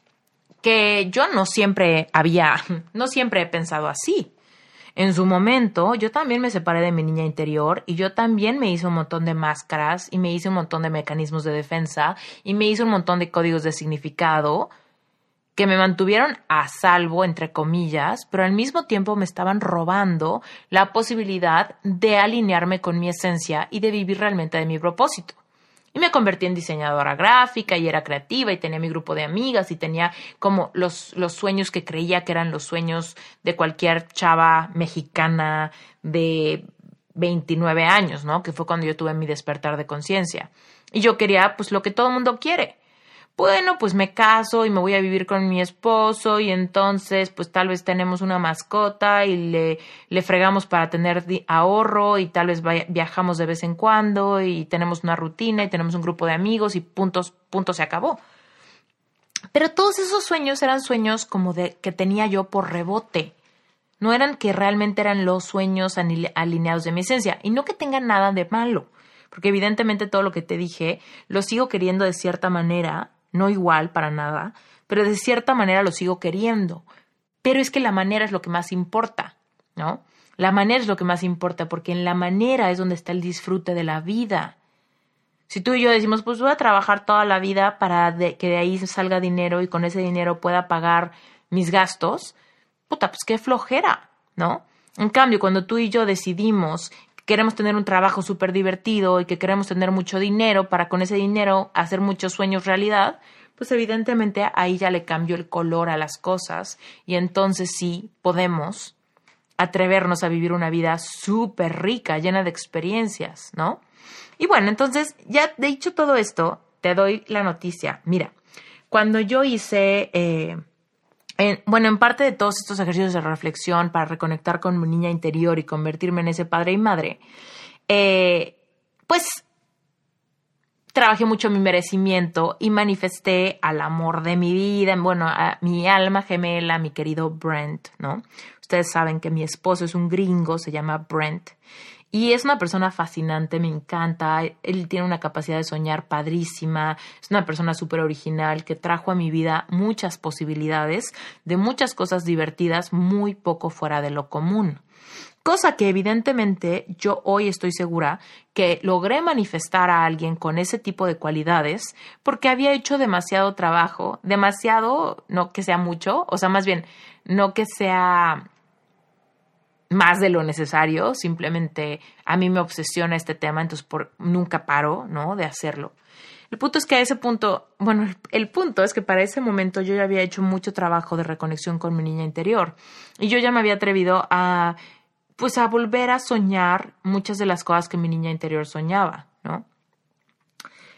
que yo no siempre había, no siempre he pensado así. En su momento, yo también me separé de mi niña interior y yo también me hice un montón de máscaras y me hice un montón de mecanismos de defensa y me hice un montón de códigos de significado que me mantuvieron a salvo, entre comillas, pero al mismo tiempo me estaban robando la posibilidad de alinearme con mi esencia y de vivir realmente de mi propósito. Y me convertí en diseñadora gráfica y era creativa y tenía mi grupo de amigas y tenía como los, los sueños que creía que eran los sueños de cualquier chava mexicana de veintinueve años, ¿no? Que fue cuando yo tuve mi despertar de conciencia. Y yo quería, pues, lo que todo el mundo quiere. Bueno, pues me caso y me voy a vivir con mi esposo y entonces pues tal vez tenemos una mascota y le, le fregamos para tener di- ahorro y tal vez vaya, viajamos de vez en cuando y tenemos una rutina y tenemos un grupo de amigos y puntos, punto se acabó. Pero todos esos sueños eran sueños como de que tenía yo por rebote. No eran que realmente eran los sueños alineados de mi esencia y no que tengan nada de malo. Porque evidentemente todo lo que te dije lo sigo queriendo de cierta manera, no igual para nada, pero de cierta manera lo sigo queriendo. Pero es que la manera es lo que más importa, ¿no? La manera es lo que más importa porque en la manera es donde está el disfrute de la vida. Si tú y yo decimos, pues voy a trabajar toda la vida para de, que de ahí salga dinero y con ese dinero pueda pagar mis gastos, puta, pues qué flojera, ¿no? En cambio, cuando tú y yo decidimos queremos tener un trabajo súper divertido y que queremos tener mucho dinero para con ese dinero hacer muchos sueños realidad, pues evidentemente ahí ya le cambió el color a las cosas y entonces sí podemos atrevernos a vivir una vida súper rica, llena de experiencias, ¿no? Y bueno, entonces ya dicho todo esto, te doy la noticia. Mira, cuando yo hice... Eh, En, bueno, en parte de todos estos ejercicios de reflexión para reconectar con mi niña interior y convertirme en ese padre y madre, eh, pues trabajé mucho mi merecimiento y manifesté al amor de mi vida, bueno, a mi alma gemela, mi querido Brent, ¿no? Ustedes saben que mi esposo es un gringo, se llama Brent. Y es una persona fascinante, me encanta, él tiene una capacidad de soñar padrísima, es una persona súper original que trajo a mi vida muchas posibilidades de muchas cosas divertidas muy poco fuera de lo común. Cosa que evidentemente yo hoy estoy segura que logré manifestar a alguien con ese tipo de cualidades porque había hecho demasiado trabajo, demasiado, no que sea mucho, o sea, más bien, no que sea más de lo necesario, simplemente a mí me obsesiona este tema, entonces por, nunca paro, ¿no?, de hacerlo. El punto es que a ese punto, bueno, el, el punto es que para ese momento yo ya había hecho mucho trabajo de reconexión con mi niña interior y yo ya me había atrevido a, pues, a volver a soñar muchas de las cosas que mi niña interior soñaba, ¿no?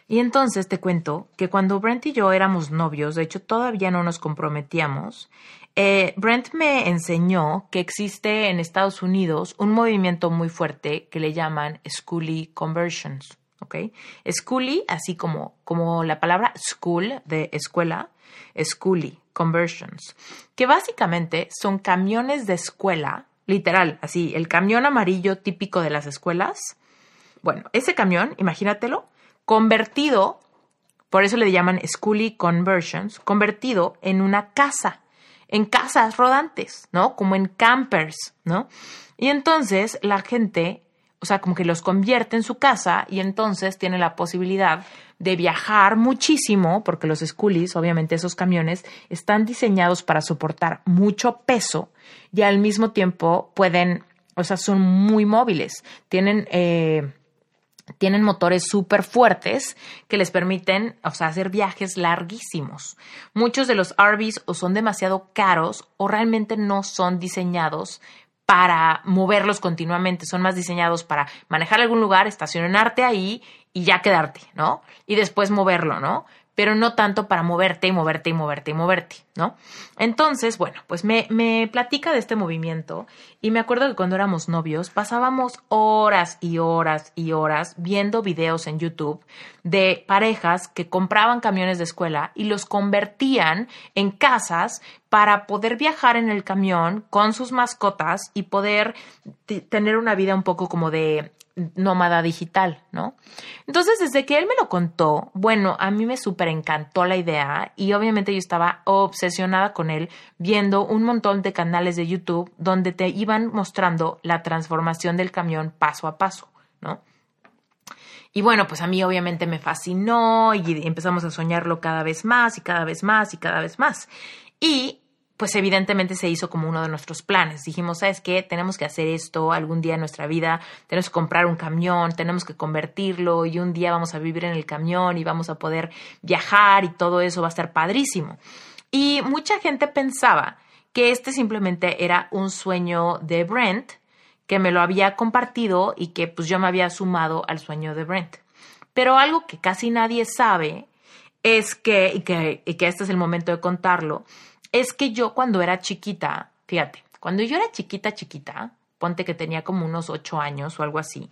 Y entonces te cuento que cuando Brent y yo éramos novios, de hecho todavía no nos comprometíamos, eh, Brent me enseñó que existe en Estados Unidos un movimiento muy fuerte que le llaman Schoolie Conversions, ¿ok? Schoolie, así como, como la palabra school de escuela, Schoolie Conversions, que básicamente son camiones de escuela, literal, así, el camión amarillo típico de las escuelas. Bueno, ese camión, imagínatelo, convertido, por eso le llaman Schoolie Conversions, convertido en una casa, en casas rodantes, ¿no? Como en campers, ¿no? Y entonces la gente, o sea, como que los convierte en su casa y entonces tiene la posibilidad de viajar muchísimo, porque los Schoolies, obviamente esos camiones, están diseñados para soportar mucho peso y al mismo tiempo pueden, o sea, son muy móviles, tienen... Eh, Tienen motores súper fuertes que les permiten, o sea, hacer viajes larguísimos. Muchos de los R Vs o son demasiado caros o realmente no son diseñados para moverlos continuamente. Son más diseñados para manejar algún lugar, estacionarte ahí y ya quedarte, ¿no? Y después moverlo, ¿no? Pero no tanto para moverte y moverte y moverte y moverte, ¿no? Entonces, bueno, pues me, me platica de este movimiento y me acuerdo que cuando éramos novios pasábamos horas y horas y horas viendo videos en YouTube de parejas que compraban camiones de escuela y los convertían en casas para poder viajar en el camión con sus mascotas y poder t- tener una vida un poco como de nómada digital, ¿no? Entonces, desde que él me lo contó, bueno, a mí me súper encantó la idea y obviamente yo estaba obsesionada con él viendo un montón de canales de YouTube donde te iban mostrando la transformación del camión paso a paso, ¿no? Y bueno, pues a mí obviamente me fascinó y empezamos a soñarlo cada vez más y cada vez más y cada vez más. Y pues evidentemente se hizo como uno de nuestros planes. Dijimos, ¿sabes qué? Tenemos que hacer esto algún día en nuestra vida. Tenemos que comprar un camión, tenemos que convertirlo y un día vamos a vivir en el camión y vamos a poder viajar y todo eso va a estar padrísimo. Y mucha gente pensaba que este simplemente era un sueño de Brent, que me lo había compartido y que pues yo me había sumado al sueño de Brent. Pero algo que casi nadie sabe es que, y que, y que este es el momento de contarlo, es que yo cuando era chiquita, fíjate, cuando yo era chiquita, chiquita, ponte que tenía como unos ocho años o algo así,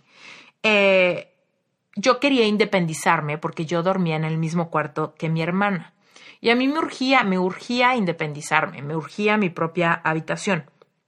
eh, yo quería independizarme porque yo dormía en el mismo cuarto que mi hermana. Y a mí me urgía, me urgía independizarme, me urgía mi propia habitación.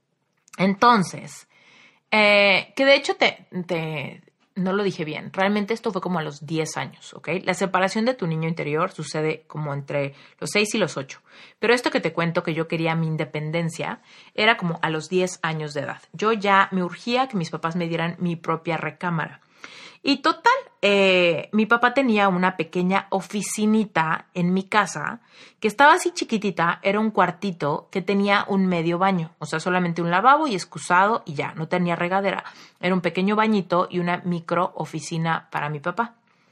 Entonces, eh, que de hecho te... te No lo dije bien. Realmente esto fue como a los diez años, ¿ok? La separación de tu niño interior sucede como entre los seis y los ocho. Pero esto que te cuento que yo quería mi independencia era como a los diez años de edad. Yo ya me urgía que mis papás me dieran mi propia recámara. Y total, eh, mi papá tenía una pequeña oficinita en mi casa que estaba así chiquitita, era un cuartito que tenía un medio baño, o sea, solamente un lavabo y excusado y ya, no tenía regadera. Era un pequeño bañito y una micro oficina para mi papá.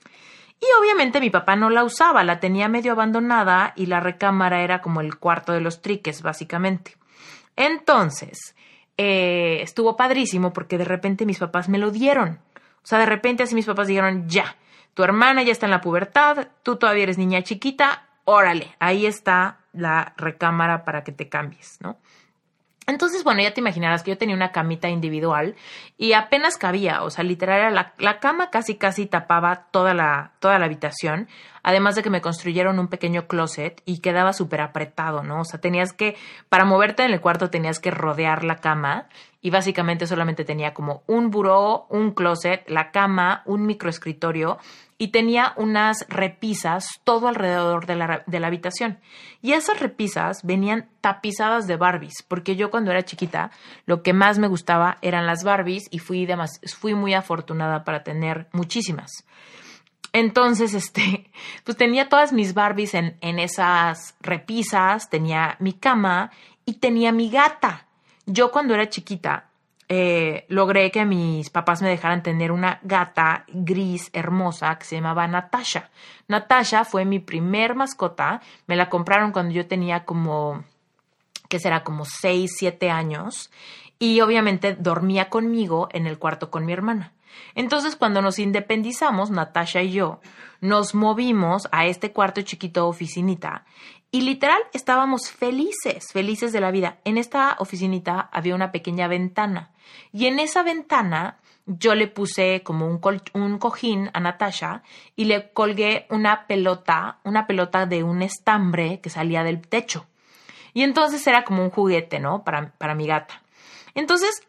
Y obviamente mi papá no la usaba, la tenía medio abandonada y la recámara era como el cuarto de los triques, básicamente. Entonces, eh, estuvo padrísimo porque de repente mis papás me lo dieron. O sea, de repente así mis papás dijeron, ya, tu hermana ya está en la pubertad, tú todavía eres niña chiquita, órale, ahí está la recámara para que te cambies, ¿no? Entonces, bueno, ya te imaginarás que yo tenía una camita individual y apenas cabía, o sea, literal, la, la cama casi casi tapaba toda la, toda la habitación, además de que me construyeron un pequeño closet y quedaba súper apretado, ¿no? O sea, tenías que, para moverte en el cuarto tenías que rodear la cama y básicamente solamente tenía como un buró, un closet, la cama, un microescritorio y tenía unas repisas todo alrededor de la, de la habitación. Y esas repisas venían tapizadas de Barbies, porque yo cuando era chiquita lo que más me gustaba eran las Barbies y fui, demas, fui muy afortunada para tener muchísimas. Entonces, este, pues tenía todas mis Barbies en, en esas repisas, tenía mi cama y tenía mi gata. Yo cuando era chiquita eh, logré que mis papás me dejaran tener una gata gris hermosa que se llamaba Natasha. Natasha fue mi primer mascota. Me la compraron cuando yo tenía como, ¿qué será? Como seis, siete años. y obviamente dormía conmigo en el cuarto con mi hermana. Entonces, cuando nos independizamos, Natasha y yo, nos movimos a este cuarto chiquito oficinita y literal estábamos felices, felices de la vida. En esta oficinita había una pequeña ventana y en esa ventana yo le puse como un, col- un cojín a Natasha y le colgué una pelota, una pelota de un estambre que salía del techo. Y entonces era como un juguete, ¿no? Para, para mi gata. Entonces,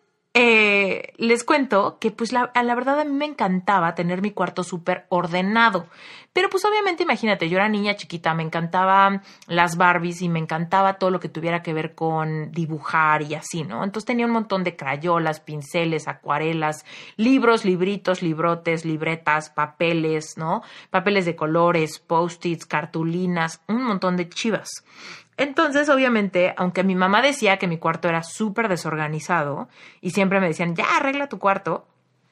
eh, les cuento que pues la, la verdad a mí me encantaba tener mi cuarto súper ordenado. Pero pues obviamente imagínate, yo era niña chiquita, me encantaban las Barbies y me encantaba todo lo que tuviera que ver con dibujar y así, ¿no? Entonces tenía un montón de crayolas, pinceles, acuarelas, libros, libritos, librotes, libretas, papeles, ¿no? Papeles de colores, post-its, cartulinas, un montón de chivas. Entonces, obviamente, aunque mi mamá decía que mi cuarto era súper desorganizado y siempre me decían, ya, arregla tu cuarto,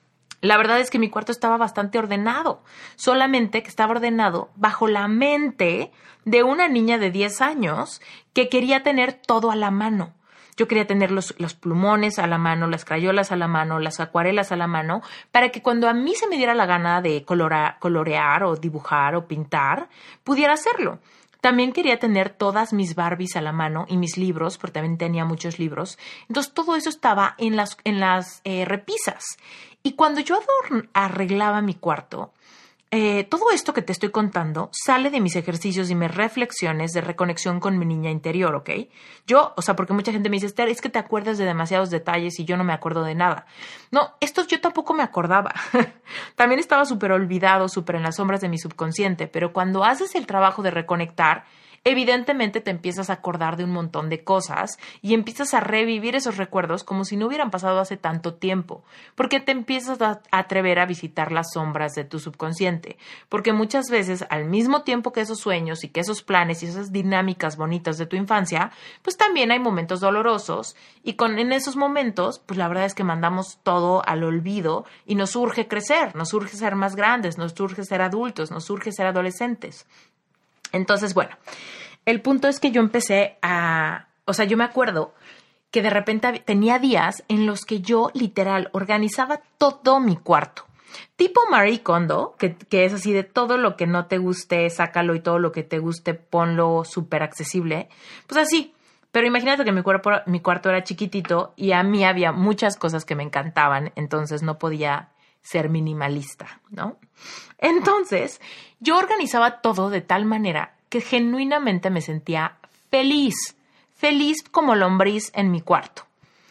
la verdad es que mi cuarto estaba bastante ordenado, solamente que estaba ordenado bajo la mente de una niña de diez años que quería tener todo a la mano. Yo quería tener los, los plumones a la mano, las crayolas a la mano, las acuarelas a la mano, para que cuando a mí se me diera la gana de colora, colorear o dibujar o pintar, pudiera hacerlo. También quería tener todas mis Barbies a la mano y mis libros, porque también tenía muchos libros. Entonces, todo eso estaba en las, en las eh, repisas. Y cuando yo adorn- arreglaba mi cuarto, eh, todo esto que te estoy contando sale de mis ejercicios y mis reflexiones de reconexión con mi niña interior, ¿ok? Yo, o sea, porque mucha gente me dice, Esther, es que te acuerdas de demasiados detalles y yo no me acuerdo de nada. No, esto yo tampoco me acordaba. También estaba súper olvidado, súper en las sombras de mi subconsciente, pero cuando haces el trabajo de reconectar, evidentemente te empiezas a acordar de un montón de cosas y empiezas a revivir esos recuerdos como si no hubieran pasado hace tanto tiempo, porque te empiezas a atrever a visitar las sombras de tu subconsciente, porque muchas veces al mismo tiempo que esos sueños y que esos planes y esas dinámicas bonitas de tu infancia, pues también hay momentos dolorosos y con en esos momentos, pues la verdad es que mandamos todo al olvido y nos urge crecer, nos urge ser más grandes, nos urge ser adultos, nos urge ser adolescentes. Entonces, bueno, el punto es que yo empecé a, o sea, yo me acuerdo que de repente tenía días en los que yo literal organizaba todo mi cuarto. Tipo Marie Kondo, que, que es así de todo lo que no te guste, sácalo y todo lo que te guste, ponlo súper accesible. Pues así. Pero imagínate que mi, cuerpo, mi cuarto era chiquitito y a mí había muchas cosas que me encantaban, entonces no podía ser minimalista, ¿no? Entonces, yo organizaba todo de tal manera que genuinamente me sentía feliz, feliz como lombriz en mi cuarto.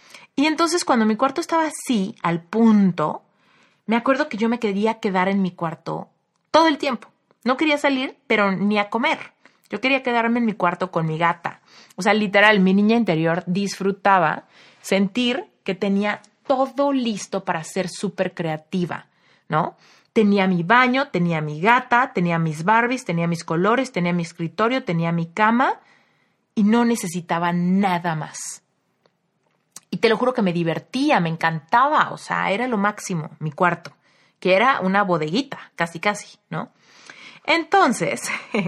Y entonces, cuando mi cuarto estaba así, al punto, me acuerdo que yo me quería quedar en mi cuarto todo el tiempo. No quería salir, pero ni a comer. Yo quería quedarme en mi cuarto con mi gata. O sea, literal, mi niña interior disfrutaba sentir que tenía todo listo para ser súper creativa, ¿no? Tenía mi baño, tenía mi gata, tenía mis Barbies, tenía mis colores, tenía mi escritorio, tenía mi cama y no necesitaba nada más. Y te lo juro que me divertía, me encantaba, o sea, era lo máximo, mi cuarto, que era una bodeguita, casi casi, ¿no? Entonces,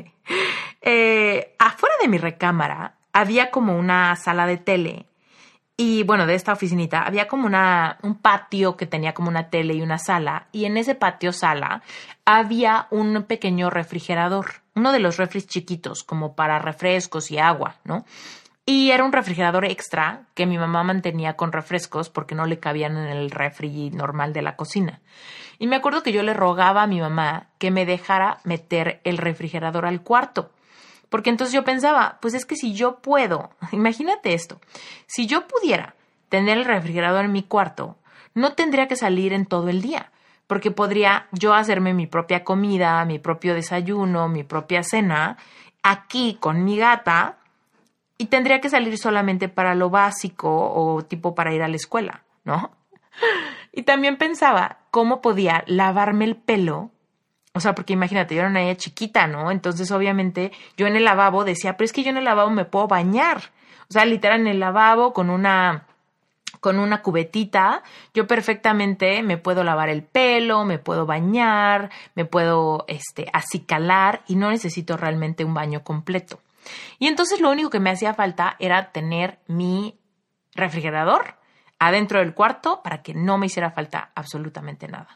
eh, afuera de mi recámara había como una sala de tele. Y bueno, de esta oficinita había como una, un patio que tenía como una tele y una sala. Y en ese patio-sala había un pequeño refrigerador. Uno de los refris chiquitos, como para refrescos y agua, ¿no? Y era un refrigerador extra que mi mamá mantenía con refrescos porque no le cabían en el refri normal de la cocina. Y me acuerdo que yo le rogaba a mi mamá que me dejara meter el refrigerador al cuarto. Porque entonces yo pensaba, pues es que si yo puedo, imagínate esto, si yo pudiera tener el refrigerador en mi cuarto, no tendría que salir en todo el día, porque podría yo hacerme mi propia comida, mi propio desayuno, mi propia cena, aquí con mi gata, y tendría que salir solamente para lo básico o tipo para ir a la escuela, ¿no? Y también pensaba cómo podía lavarme el pelo. O sea, porque imagínate, yo era una niña chiquita, ¿no? Entonces, obviamente, yo en el lavabo decía, pero es que yo en el lavabo me puedo bañar. O sea, literal, en el lavabo con una, con una cubetita, yo perfectamente me puedo lavar el pelo, me puedo bañar, me puedo, este, acicalar y no necesito realmente un baño completo. Y entonces, lo único que me hacía falta era tener mi refrigerador adentro del cuarto para que no me hiciera falta absolutamente nada.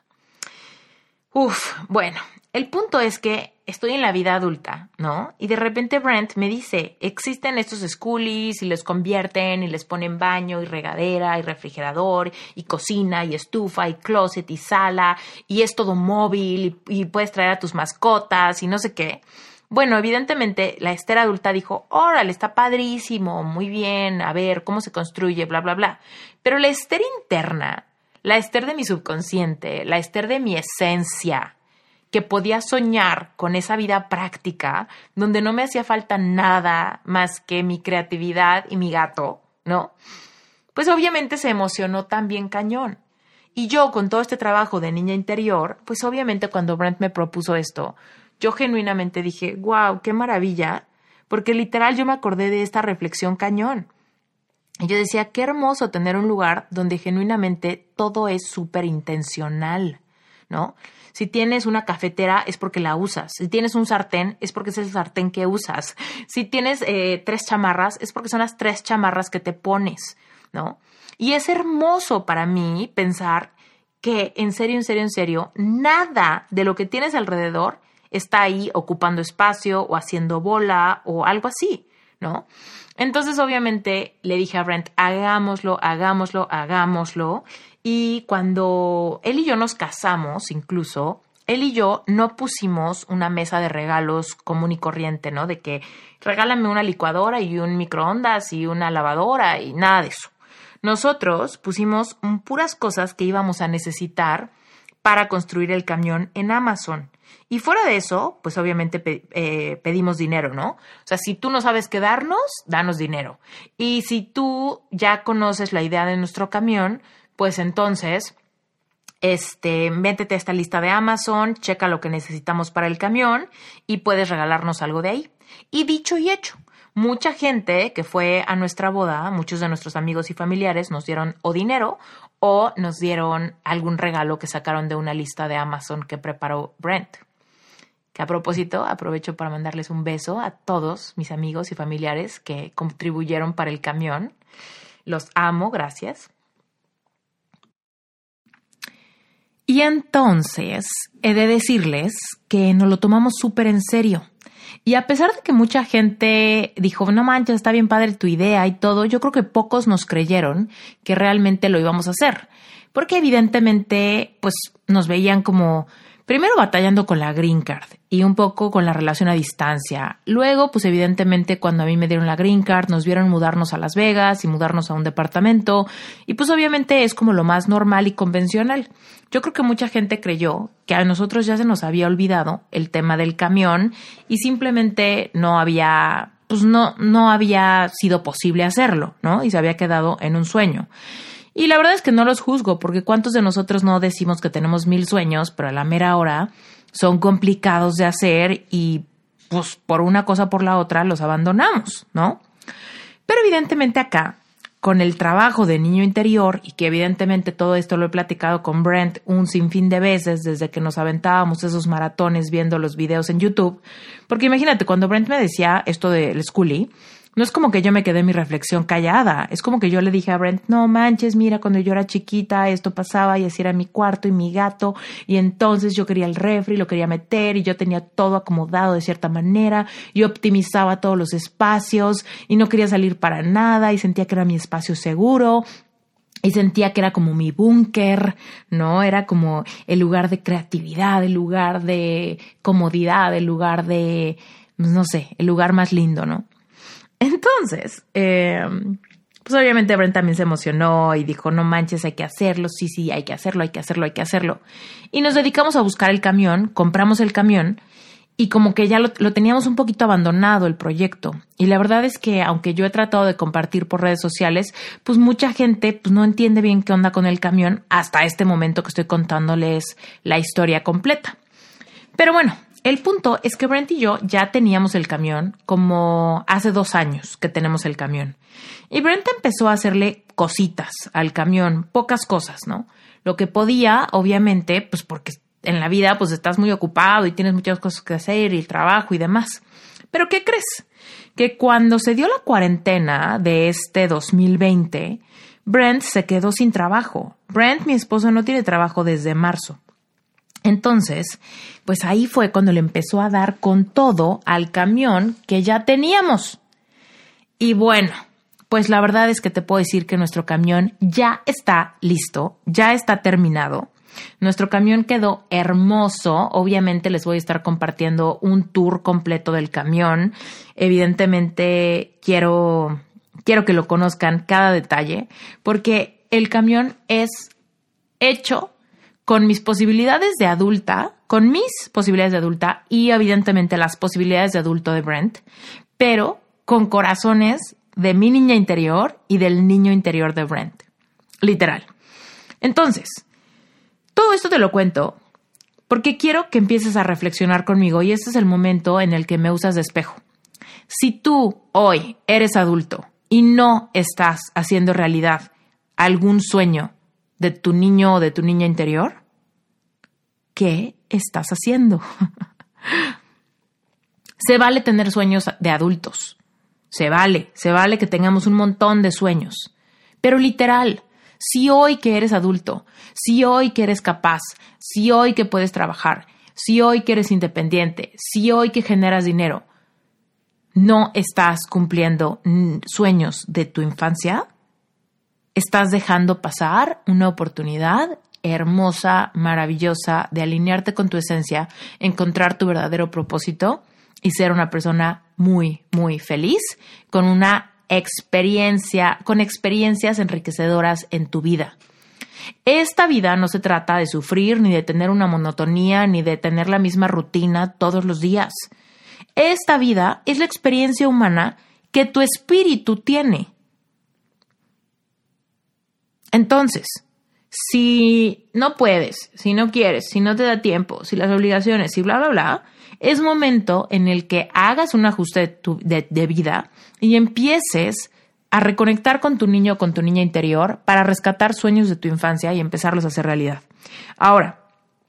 Uf, bueno, el punto es que estoy en la vida adulta, ¿no? Y de repente Brent me dice, existen estos schoolies y los convierten y les ponen baño y regadera y refrigerador y cocina y estufa y closet y sala y es todo móvil y, y puedes traer a tus mascotas y no sé qué. Bueno, evidentemente la Esther adulta dijo, órale, está padrísimo, muy bien, a ver, cómo se construye, bla, bla, bla. Pero la Esther interna, la Esther de mi subconsciente, la Esther de mi esencia, que podía soñar con esa vida práctica, donde no me hacía falta nada más que mi creatividad y mi gato, ¿no? Pues obviamente se emocionó también cañón. Y yo, con todo este trabajo de niña interior, pues obviamente cuando Brent me propuso esto, yo genuinamente dije, wow, qué maravilla, porque literal yo me acordé de esta reflexión cañón. Y yo decía, qué hermoso tener un lugar donde genuinamente todo es súper intencional, ¿no? Si tienes una cafetera es porque la usas. Si tienes un sartén es porque es el sartén que usas. Si tienes eh, tres chamarras es porque son las tres chamarras que te pones, ¿no? Y es hermoso para mí pensar que en serio, en serio, en serio, nada de lo que tienes alrededor está ahí ocupando espacio o haciendo bola o algo así, ¿no? Entonces, obviamente, le dije a Brent, hagámoslo, hagámoslo, hagámoslo. Y cuando él y yo nos casamos, incluso, él y yo no pusimos una mesa de regalos común y corriente, ¿no? De que regálame una licuadora y un microondas y una lavadora y nada de eso. Nosotros pusimos puras cosas que íbamos a necesitar para construir el camión en Amazon. Y fuera de eso, pues obviamente pe- eh, pedimos dinero, ¿no? O sea, si tú no sabes qué darnos, danos dinero. Y si tú ya conoces la idea de nuestro camión, pues entonces, este, métete a esta lista de Amazon, checa lo que necesitamos para el camión y puedes regalarnos algo de ahí. Y dicho y hecho, mucha gente que fue a nuestra boda, muchos de nuestros amigos y familiares nos dieron o dinero o nos dieron algún regalo que sacaron de una lista de Amazon que preparó Brent. Que a propósito, aprovecho para mandarles un beso a todos mis amigos y familiares que contribuyeron para el camión. Los amo, gracias. Y entonces, he de decirles que nos lo tomamos súper en serio. Y a pesar de que mucha gente dijo, no manches, está bien padre tu idea y todo, yo creo que pocos nos creyeron que realmente lo íbamos a hacer. Porque evidentemente, pues, nos veían como, primero batallando con la green card y un poco con la relación a distancia. Luego, pues evidentemente cuando a mí me dieron la green card, nos vieron mudarnos a Las Vegas y mudarnos a un departamento. Y pues obviamente es como lo más normal y convencional. Yo creo que mucha gente creyó que a nosotros ya se nos había olvidado el tema del camión y simplemente no había, pues no, no había sido posible hacerlo, ¿no? Y se había quedado en un sueño. Y la verdad es que no los juzgo, porque ¿cuántos de nosotros no decimos que tenemos mil sueños, pero a la mera hora son complicados de hacer y pues por una cosa o por la otra los abandonamos, ¿no? Pero evidentemente acá, con el trabajo de niño interior, y que evidentemente todo esto lo he platicado con Brent un sinfín de veces desde que nos aventábamos esos maratones viendo los videos en YouTube, porque imagínate, cuando Brent me decía esto del schoolie, no es como que yo me quedé en mi reflexión callada. Es como que yo le dije a Brent, no manches, mira, cuando yo era chiquita esto pasaba y así era mi cuarto y mi gato. Y entonces yo quería el refri, lo quería meter y yo tenía todo acomodado de cierta manera. Yo optimizaba todos los espacios y no quería salir para nada y sentía que era mi espacio seguro. Y sentía que era como mi búnker, ¿no? Era como el lugar de creatividad, el lugar de comodidad, el lugar de, no sé, el lugar más lindo, ¿no? Entonces, eh, pues obviamente Brent también se emocionó y dijo, no manches, hay que hacerlo, sí, sí, hay que hacerlo, hay que hacerlo, hay que hacerlo. Y nos dedicamos a buscar el camión, compramos el camión y como que ya lo, lo teníamos un poquito abandonado el proyecto. Y la verdad es que aunque yo he tratado de compartir por redes sociales, pues mucha gente pues no entiende bien qué onda con el camión hasta este momento que estoy contándoles la historia completa. Pero bueno, el punto es que Brent y yo ya teníamos el camión como hace dos años que tenemos el camión. Y Brent empezó a hacerle cositas al camión, pocas cosas, ¿no? Lo que podía, obviamente, pues porque en la vida pues estás muy ocupado y tienes muchas cosas que hacer y el trabajo y demás. Pero ¿qué crees? Que cuando se dio la cuarentena de este dos mil veinte, Brent se quedó sin trabajo. Brent, mi esposo, no tiene trabajo desde marzo. Entonces, pues ahí fue cuando le empezó a dar con todo al camión que ya teníamos. Y bueno, pues la verdad es que te puedo decir que nuestro camión ya está listo, ya está terminado. Nuestro camión quedó hermoso. Obviamente les voy a estar compartiendo un tour completo del camión. Evidentemente quiero, quiero que lo conozcan cada detalle, porque el camión es hecho con mis posibilidades de adulta, con mis posibilidades de adulta y evidentemente las posibilidades de adulto de Brent, pero con corazones de mi niña interior y del niño interior de Brent. Literal. Entonces, todo esto te lo cuento porque quiero que empieces a reflexionar conmigo y este es el momento en el que me usas de espejo. Si tú hoy eres adulto y no estás haciendo realidad algún sueño de tu niño o de tu niña interior, ¿qué estás haciendo? Se vale tener sueños de adultos. Se vale, se vale que tengamos un montón de sueños. Pero literal, si hoy que eres adulto, si hoy que eres capaz, si hoy que puedes trabajar, si hoy que eres independiente, si hoy que generas dinero, no estás cumpliendo sueños de tu infancia, estás dejando pasar una oportunidad hermosa, maravillosa de alinearte con tu esencia, encontrar tu verdadero propósito y ser una persona muy, muy feliz con una experiencia, con experiencias enriquecedoras en tu vida. Esta vida no se trata de sufrir, ni de tener una monotonía, ni de tener la misma rutina todos los días. Esta vida es la experiencia humana que tu espíritu tiene. Entonces, si no puedes, si no quieres, si no te da tiempo, si las obligaciones, si bla, bla, bla, es momento en el que hagas un ajuste de, tu, de, de vida y empieces a reconectar con tu niño o con tu niña interior para rescatar sueños de tu infancia y empezarlos a hacer realidad. Ahora,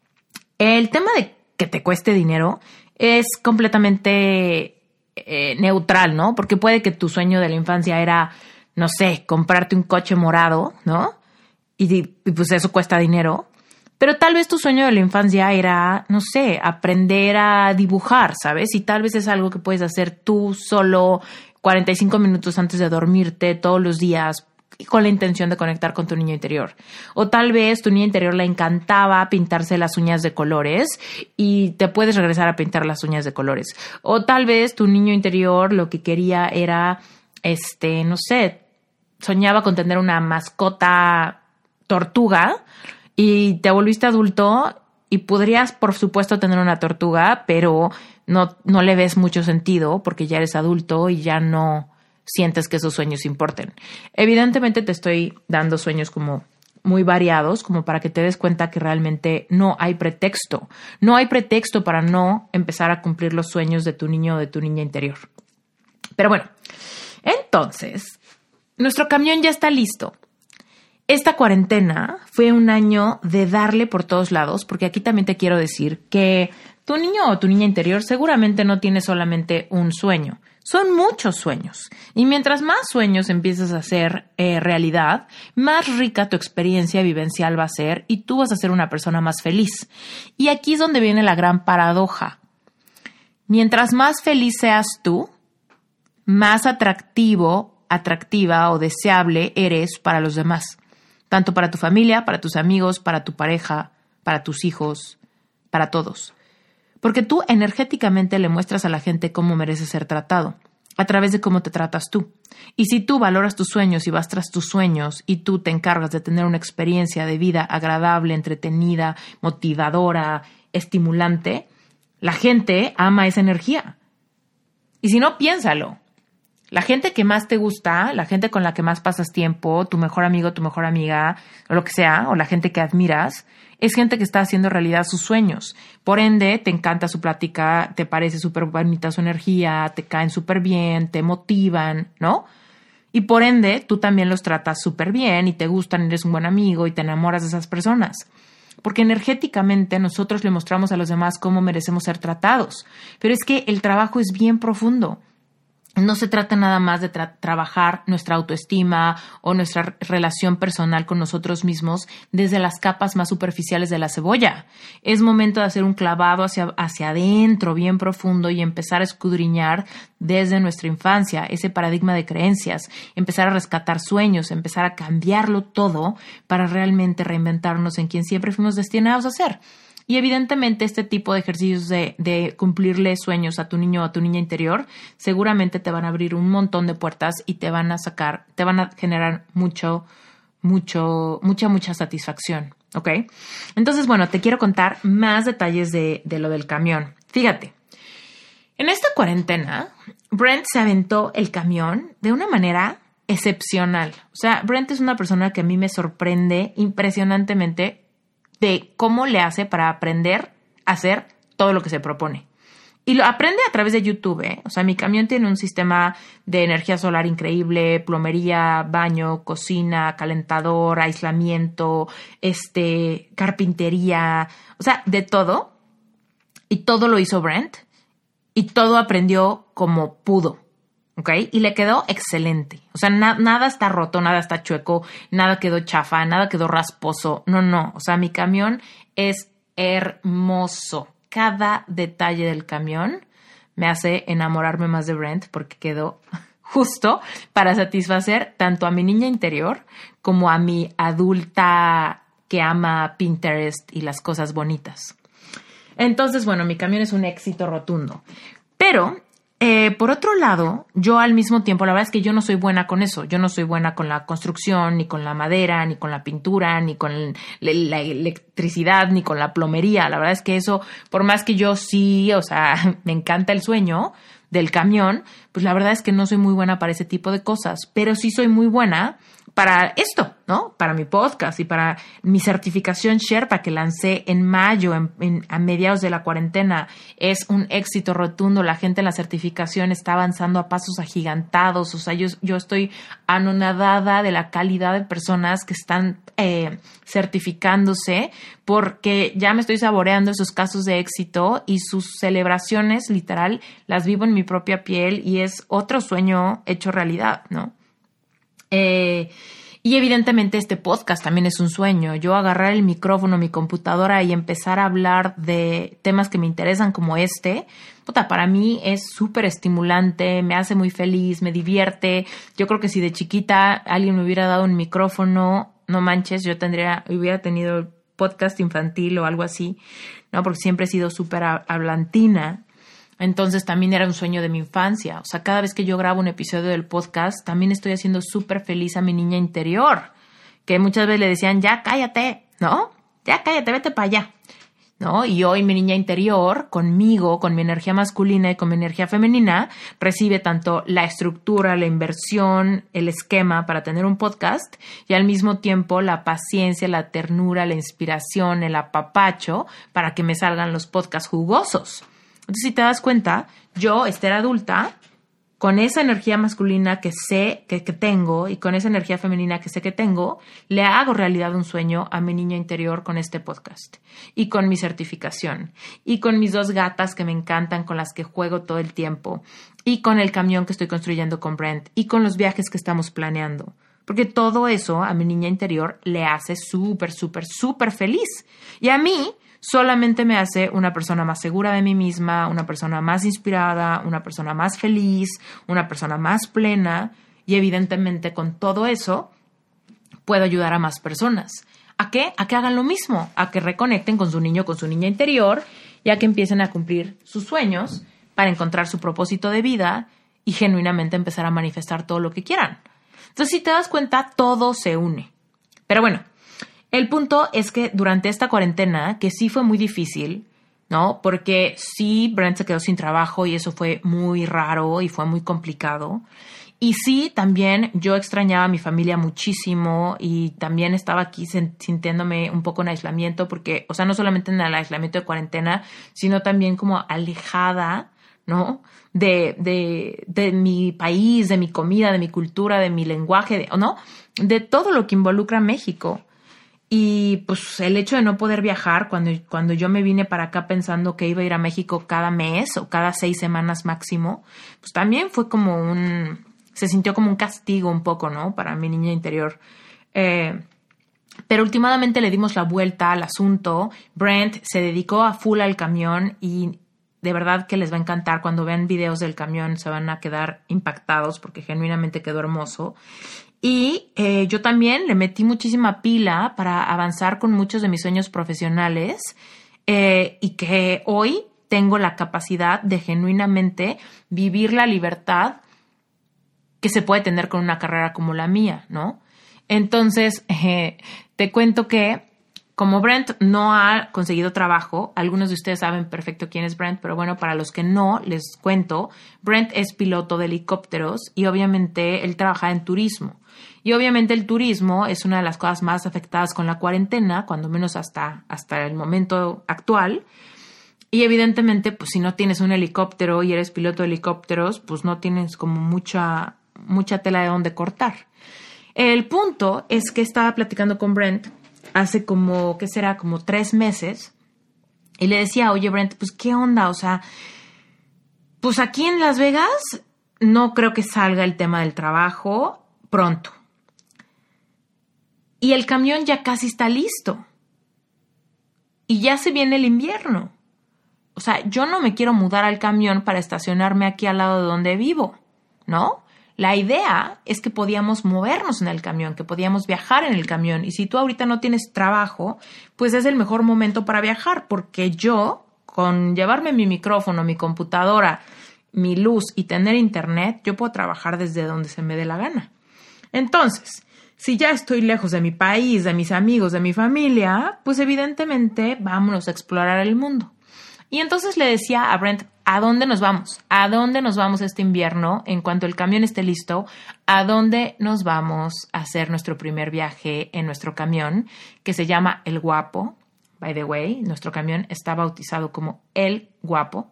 el tema de que te cueste dinero es completamente eh, neutral, ¿no? Porque puede que tu sueño de la infancia era, no sé, comprarte un coche morado, ¿no? Y, y pues eso cuesta dinero. Pero tal vez tu sueño de la infancia era, no sé, aprender a dibujar, ¿sabes? Y tal vez es algo que puedes hacer tú solo cuarenta y cinco minutos antes de dormirte todos los días con la intención de conectar con tu niño interior. O tal vez tu niño interior le encantaba pintarse las uñas de colores y te puedes regresar a pintar las uñas de colores. O tal vez tu niño interior lo que quería era, este, no sé, soñaba con tener una mascota tortuga y te volviste adulto y podrías, por supuesto, tener una tortuga, pero no, no le ves mucho sentido porque ya eres adulto y ya no sientes que esos sueños importen. Evidentemente te estoy dando sueños como muy variados, como para que te des cuenta que realmente no hay pretexto. No hay pretexto para no empezar a cumplir los sueños de tu niño o de tu niña interior. Pero bueno, entonces, nuestro camión ya está listo. Esta cuarentena fue un año de darle por todos lados, porque aquí también te quiero decir que tu niño o tu niña interior seguramente no tiene solamente un sueño, son muchos sueños. Y mientras más sueños empiezas a hacer eh, realidad, más rica tu experiencia vivencial va a ser y tú vas a ser una persona más feliz. Y aquí es donde viene la gran paradoja. Mientras más feliz seas tú, más atractivo, atractiva o deseable eres para los demás. Tanto para tu familia, para tus amigos, para tu pareja, para tus hijos, para todos. Porque tú energéticamente le muestras a la gente cómo mereces ser tratado, a través de cómo te tratas tú. Y si tú valoras tus sueños y vas tras tus sueños y tú te encargas de tener una experiencia de vida agradable, entretenida, motivadora, estimulante, la gente ama esa energía. Y si no, piénsalo. La gente que más te gusta, la gente con la que más pasas tiempo, tu mejor amigo, tu mejor amiga, o lo que sea, o la gente que admiras, es gente que está haciendo realidad sus sueños. Por ende, te encanta su plática, te parece súper bonita su energía, te caen súper bien, te motivan, ¿no? Y por ende, tú también los tratas súper bien y te gustan, eres un buen amigo y te enamoras de esas personas. Porque energéticamente nosotros le mostramos a los demás cómo merecemos ser tratados. Pero es que el trabajo es bien profundo. no se trata nada más de tra- trabajar nuestra autoestima o nuestra relación personal con nosotros mismos desde las capas más superficiales de la cebolla. Es momento de hacer un clavado hacia, hacia adentro, bien profundo, y empezar a escudriñar desde nuestra infancia ese paradigma de creencias, empezar a rescatar sueños, empezar a cambiarlo todo para realmente reinventarnos en quien siempre fuimos destinados a ser. Y evidentemente este tipo de ejercicios de, de cumplirle sueños a tu niño o a tu niña interior seguramente te van a abrir un montón de puertas y te van a sacar, te van a generar mucho, mucho, mucha, mucha satisfacción, ¿ok? Entonces, bueno, te quiero contar más detalles de, de lo del camión. Fíjate, en esta cuarentena, Brent se aventó el camión de una manera excepcional. O sea, Brent es una persona que a mí me sorprende impresionantemente de cómo le hace para aprender a hacer todo lo que se propone. Y lo aprende a través de YouTube, ¿eh? O sea, mi camión tiene un sistema de energía solar increíble, plomería, baño, cocina, calentador, aislamiento, este, carpintería, o sea, de todo. Y todo lo hizo Brent. Y todo aprendió como pudo. ¿Ok? Y le quedó excelente. O sea, na- nada está roto, nada está chueco, nada quedó chafa, nada quedó rasposo. No, no. O sea, mi camión es hermoso. Cada detalle del camión me hace enamorarme más de Brent porque quedó justo para satisfacer tanto a mi niña interior como a mi adulta que ama Pinterest y las cosas bonitas. Entonces, bueno, mi camión es un éxito rotundo. Pero... Eh, por otro lado, yo al mismo tiempo, la verdad es que yo no soy buena con eso. Yo no soy buena con la construcción, ni con la madera, ni con la pintura, ni con la, la electricidad, ni con la plomería. La verdad es que eso, por más que yo sí, o sea, me encanta el sueño del camión, pues la verdad es que no soy muy buena para ese tipo de cosas. Pero sí soy muy buena para esto, ¿no? Para mi podcast y para mi certificación Sherpa que lancé en mayo, en, en, a mediados de la cuarentena. Es un éxito rotundo. La gente en la certificación está avanzando a pasos agigantados. O sea, yo, yo estoy anonadada de la calidad de personas que están eh, certificándose porque ya me estoy saboreando esos casos de éxito y sus celebraciones, literal, las vivo en mi propia piel y es otro sueño hecho realidad, ¿no? Eh, y evidentemente este podcast también es un sueño. Yo agarrar el micrófono, mi computadora y empezar a hablar de temas que me interesan como este, puta, para mí es súper estimulante, me hace muy feliz, me divierte. Yo creo que si de chiquita alguien me hubiera dado un micrófono, no manches, yo tendría, hubiera tenido podcast infantil o algo así, ¿no? Porque siempre he sido súper hablantina. Entonces también era un sueño de mi infancia. O sea, cada vez que yo grabo un episodio del podcast, también estoy haciendo súper feliz a mi niña interior. Que muchas veces le decían, ya cállate, ¿no? Ya cállate, vete para allá, ¿no? Y hoy mi niña interior, conmigo, con mi energía masculina y con mi energía femenina, recibe tanto la estructura, la inversión, el esquema para tener un podcast y al mismo tiempo la paciencia, la ternura, la inspiración, el apapacho para que me salgan los podcasts jugosos. Entonces, si te das cuenta, yo, Esther adulta, con esa energía masculina que sé que, que tengo y con esa energía femenina que sé que tengo, le hago realidad un sueño a mi niña interior con este podcast y con mi certificación y con mis dos gatas que me encantan, con las que juego todo el tiempo y con el camión que estoy construyendo con Brent y con los viajes que estamos planeando. Porque todo eso a mi niña interior le hace súper, súper, súper feliz. Y a mí solamente me hace una persona más segura de mí misma, una persona más inspirada, una persona más feliz, una persona más plena. Y evidentemente con todo eso puedo ayudar a más personas. ¿A qué? A que hagan lo mismo, a que reconecten con su niño, con su niña interior y a que empiecen a cumplir sus sueños para encontrar su propósito de vida y genuinamente empezar a manifestar todo lo que quieran. Entonces, si te das cuenta, todo se une. Pero bueno, el punto es que durante esta cuarentena, que sí fue muy difícil, ¿no? Porque sí, Brent se quedó sin trabajo y eso fue muy raro y fue muy complicado. Y sí, también yo extrañaba a mi familia muchísimo y también estaba aquí sintiéndome un poco en aislamiento porque, o sea, no solamente en el aislamiento de cuarentena, sino también como alejada, ¿no? De, de, de mi país, de mi comida, de mi cultura, de mi lenguaje, de, ¿no? De todo lo que involucra México. Y pues el hecho de no poder viajar, cuando, cuando yo me vine para acá pensando que iba a ir a México cada mes o cada seis semanas máximo, pues también fue como un, se sintió como un castigo un poco, ¿no? Para mi niña interior. Eh, pero últimamente le dimos la vuelta al asunto. Brent se dedicó a full al camión y de verdad que les va a encantar. Cuando vean videos del camión se van a quedar impactados porque genuinamente quedó hermoso. Y eh, yo también le metí muchísima pila para avanzar con muchos de mis sueños profesionales eh, y que hoy tengo la capacidad de genuinamente vivir la libertad que se puede tener con una carrera como la mía, ¿no? Entonces, eh, te cuento que como Brent no ha conseguido trabajo, algunos de ustedes saben perfecto quién es Brent, pero bueno, para los que no, les cuento, Brent es piloto de helicópteros y obviamente él trabaja en turismo. Y obviamente el turismo es una de las cosas más afectadas con la cuarentena, cuando menos hasta, hasta el momento actual. Y evidentemente, pues si no tienes un helicóptero y eres piloto de helicópteros, pues no tienes como mucha, mucha tela de dónde cortar. El punto es que estaba platicando con Brent hace como, ¿qué será? Como tres meses. Y le decía, oye, Brent, pues, ¿qué onda? O sea, pues aquí en Las Vegas no creo que salga el tema del trabajo pronto. Y el camión ya casi está listo. Y ya se viene el invierno. O sea, yo no me quiero mudar al camión para estacionarme aquí al lado de donde vivo, ¿no? La idea es que podíamos movernos en el camión, que podíamos viajar en el camión. Y si tú ahorita no tienes trabajo, pues es el mejor momento para viajar, porque yo, con llevarme mi micrófono, mi computadora, mi luz y tener internet, yo puedo trabajar desde donde se me dé la gana. Entonces, si ya estoy lejos de mi país, de mis amigos, de mi familia, pues evidentemente vámonos a explorar el mundo. Y entonces le decía a Brent, ¿a dónde nos vamos? ¿A dónde nos vamos este invierno? En cuanto el camión esté listo, ¿a dónde nos vamos a hacer nuestro primer viaje en nuestro camión? Que se llama El Guapo. By the way, nuestro camión está bautizado como El Guapo.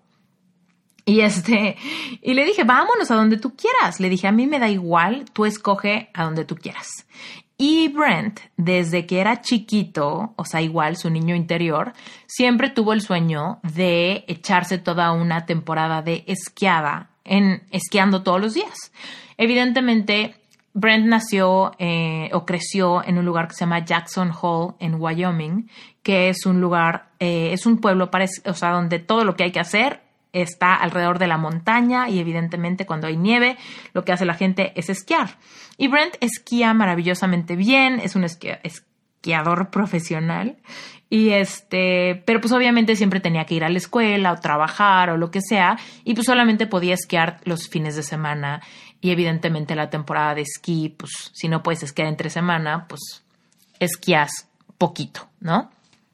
Y este, y le dije, vámonos a donde tú quieras. Le dije, a mí me da igual, tú escoge a donde tú quieras. Y Brent, desde que era chiquito, o sea, igual su niño interior, siempre tuvo el sueño de echarse toda una temporada de esquiada, en esquiando todos los días. Evidentemente, Brent nació eh, o creció en un lugar que se llama Jackson Hole, en Wyoming, que es un lugar, eh, es un pueblo, o sea, donde todo lo que hay que hacer está alrededor de la montaña y evidentemente cuando hay nieve lo que hace la gente es esquiar. Y Brent esquía maravillosamente bien, es un esqui- esquiador profesional y este, pero pues obviamente siempre tenía que ir a la escuela o trabajar o lo que sea y pues solamente podía esquiar los fines de semana y evidentemente la temporada de esquí, pues si no puedes esquiar entre semana, pues esquías poquito, ¿no?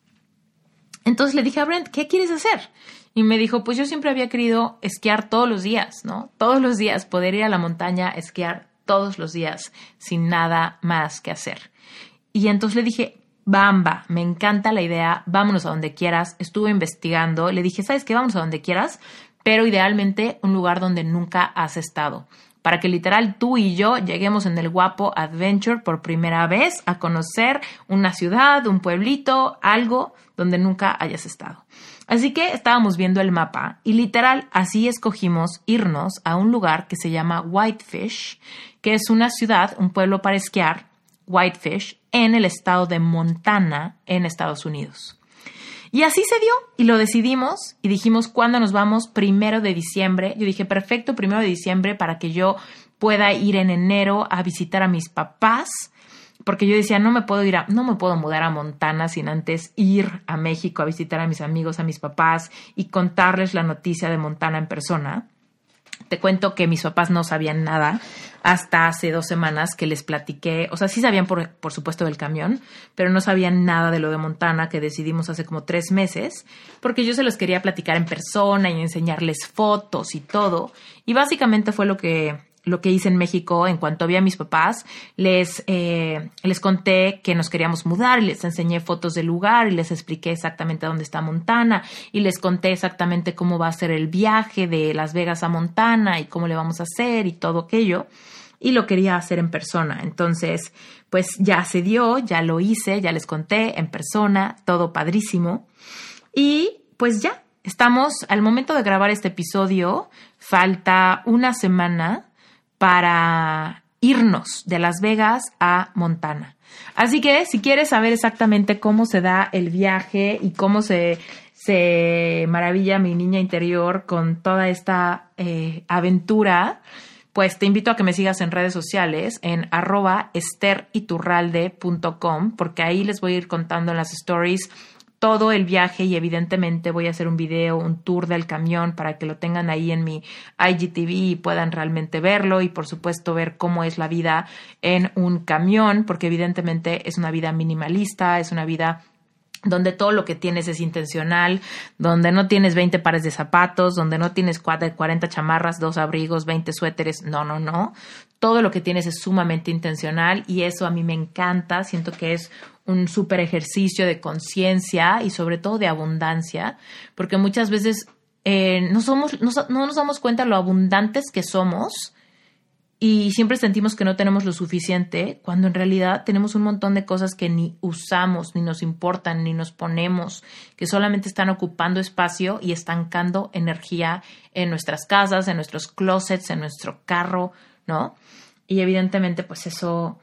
Entonces le dije a Brent, ¿qué quieres hacer? Y me dijo, pues yo siempre había querido esquiar todos los días, ¿no? Todos los días, poder ir a la montaña, esquiar todos los días, sin nada más que hacer. Y entonces le dije, bamba, me encanta la idea, vámonos a donde quieras. Estuve investigando, le dije, ¿sabes qué? Vámonos a donde quieras, pero idealmente un lugar donde nunca has estado. Para que literal tú y yo lleguemos en el Guapo Adventure por primera vez a conocer una ciudad, un pueblito, algo donde nunca hayas estado. Así que estábamos viendo el mapa y literal así escogimos irnos a un lugar que se llama Whitefish, que es una ciudad, un pueblo para esquiar, Whitefish, en el estado de Montana, en Estados Unidos. Y así se dio y lo decidimos y dijimos, ¿cuándo nos vamos? Primero de diciembre. Yo dije, perfecto, primero de diciembre para que yo pueda ir en enero a visitar a mis papás. Porque yo decía, no me puedo ir a, no me puedo mudar a Montana sin antes ir a México a visitar a mis amigos, a mis papás y contarles la noticia de Montana en persona. Te cuento que mis papás no sabían nada hasta hace dos semanas que les platiqué. O sea, sí sabían, por, por supuesto, del camión, pero no sabían nada de lo de Montana que decidimos hace como tres meses, porque yo se los quería platicar en persona y enseñarles fotos y todo. Y básicamente fue lo que... lo que hice en México. En cuanto vi a mis papás, les, eh, les conté que nos queríamos mudar y les enseñé fotos del lugar y les expliqué exactamente dónde está Montana y les conté exactamente cómo va a ser el viaje de Las Vegas a Montana y cómo le vamos a hacer y todo aquello. y lo quería hacer en persona. Entonces, pues ya se dio, ya lo hice, ya les conté en persona, todo padrísimo. Y pues ya, estamos al momento de grabar este episodio, falta una semana para irnos de Las Vegas a Montana. Así que si quieres saber exactamente cómo se da el viaje y cómo se, se maravilla mi niña interior con toda esta eh, aventura, pues te invito a que me sigas en redes sociales en arroba esteriturralde punto com, porque ahí les voy a ir contando en las stories todo el viaje y evidentemente voy a hacer un video, un tour del camión para que lo tengan ahí en mi I G T V y puedan realmente verlo y por supuesto ver cómo es la vida en un camión, porque evidentemente es una vida minimalista, es una vida donde todo lo que tienes es intencional, donde no tienes veinte pares de zapatos, donde no tienes cuarenta chamarras, dos abrigos, veinte suéteres, no, no, no. Todo lo que tienes es sumamente intencional y eso a mí me encanta, siento que es un súper ejercicio de conciencia y sobre todo de abundancia, porque muchas veces eh, no, somos, no, no nos damos cuenta lo abundantes que somos y siempre sentimos que no tenemos lo suficiente, cuando en realidad tenemos un montón de cosas que ni usamos, ni nos importan, ni nos ponemos, que solamente están ocupando espacio y estancando energía en nuestras casas, en nuestros closets, en nuestro carro, ¿no? Y evidentemente, pues eso,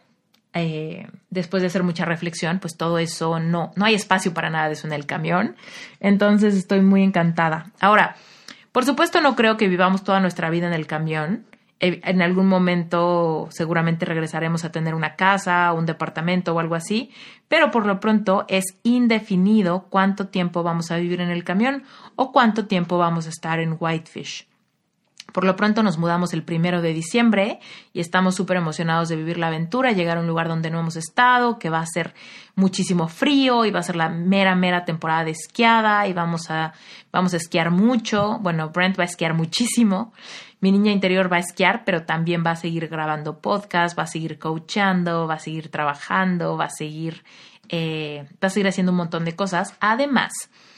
eh, después de hacer mucha reflexión, pues todo eso, no, no hay espacio para nada de eso en el camión. Entonces estoy muy encantada. Ahora, por supuesto no creo que vivamos toda nuestra vida en el camión. En algún momento seguramente regresaremos a tener una casa, un departamento o algo así, pero por lo pronto es indefinido cuánto tiempo vamos a vivir en el camión o cuánto tiempo vamos a estar en Whitefish. Por lo pronto nos mudamos el primero de diciembre y estamos súper emocionados de vivir la aventura, llegar a un lugar donde no hemos estado, que va a ser muchísimo frío y va a ser la mera, mera temporada de esquiada y vamos a, vamos a esquiar mucho. Bueno, Brent va a esquiar muchísimo. Mi niña interior va a esquiar, pero también va a seguir grabando podcast, va a seguir coachando, va a seguir trabajando, va a seguir, eh, va a seguir haciendo un montón de cosas. Además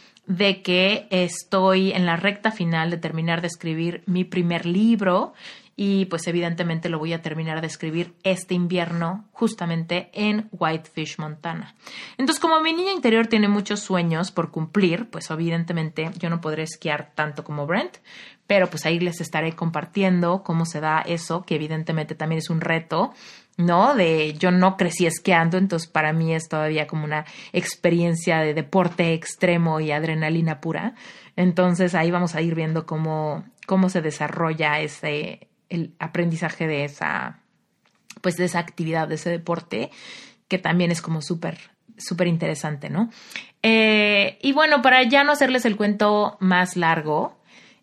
de que estoy en la recta final de terminar de escribir mi primer libro y pues evidentemente lo voy a terminar de escribir este invierno justamente en Whitefish, Montana. Entonces, como mi niña interior tiene muchos sueños por cumplir, pues evidentemente yo no podré esquiar tanto como Brent, pero pues ahí les estaré compartiendo cómo se da eso, que evidentemente también es un reto, ¿no? De yo no crecí esquiando, entonces para mí es todavía como una experiencia de deporte extremo y adrenalina pura. Entonces ahí vamos a ir viendo cómo, cómo se desarrolla ese, el aprendizaje de esa, pues de esa actividad, de ese deporte, que también es como súper, súper interesante, ¿no? Eh, y bueno, para ya no hacerles el cuento más largo,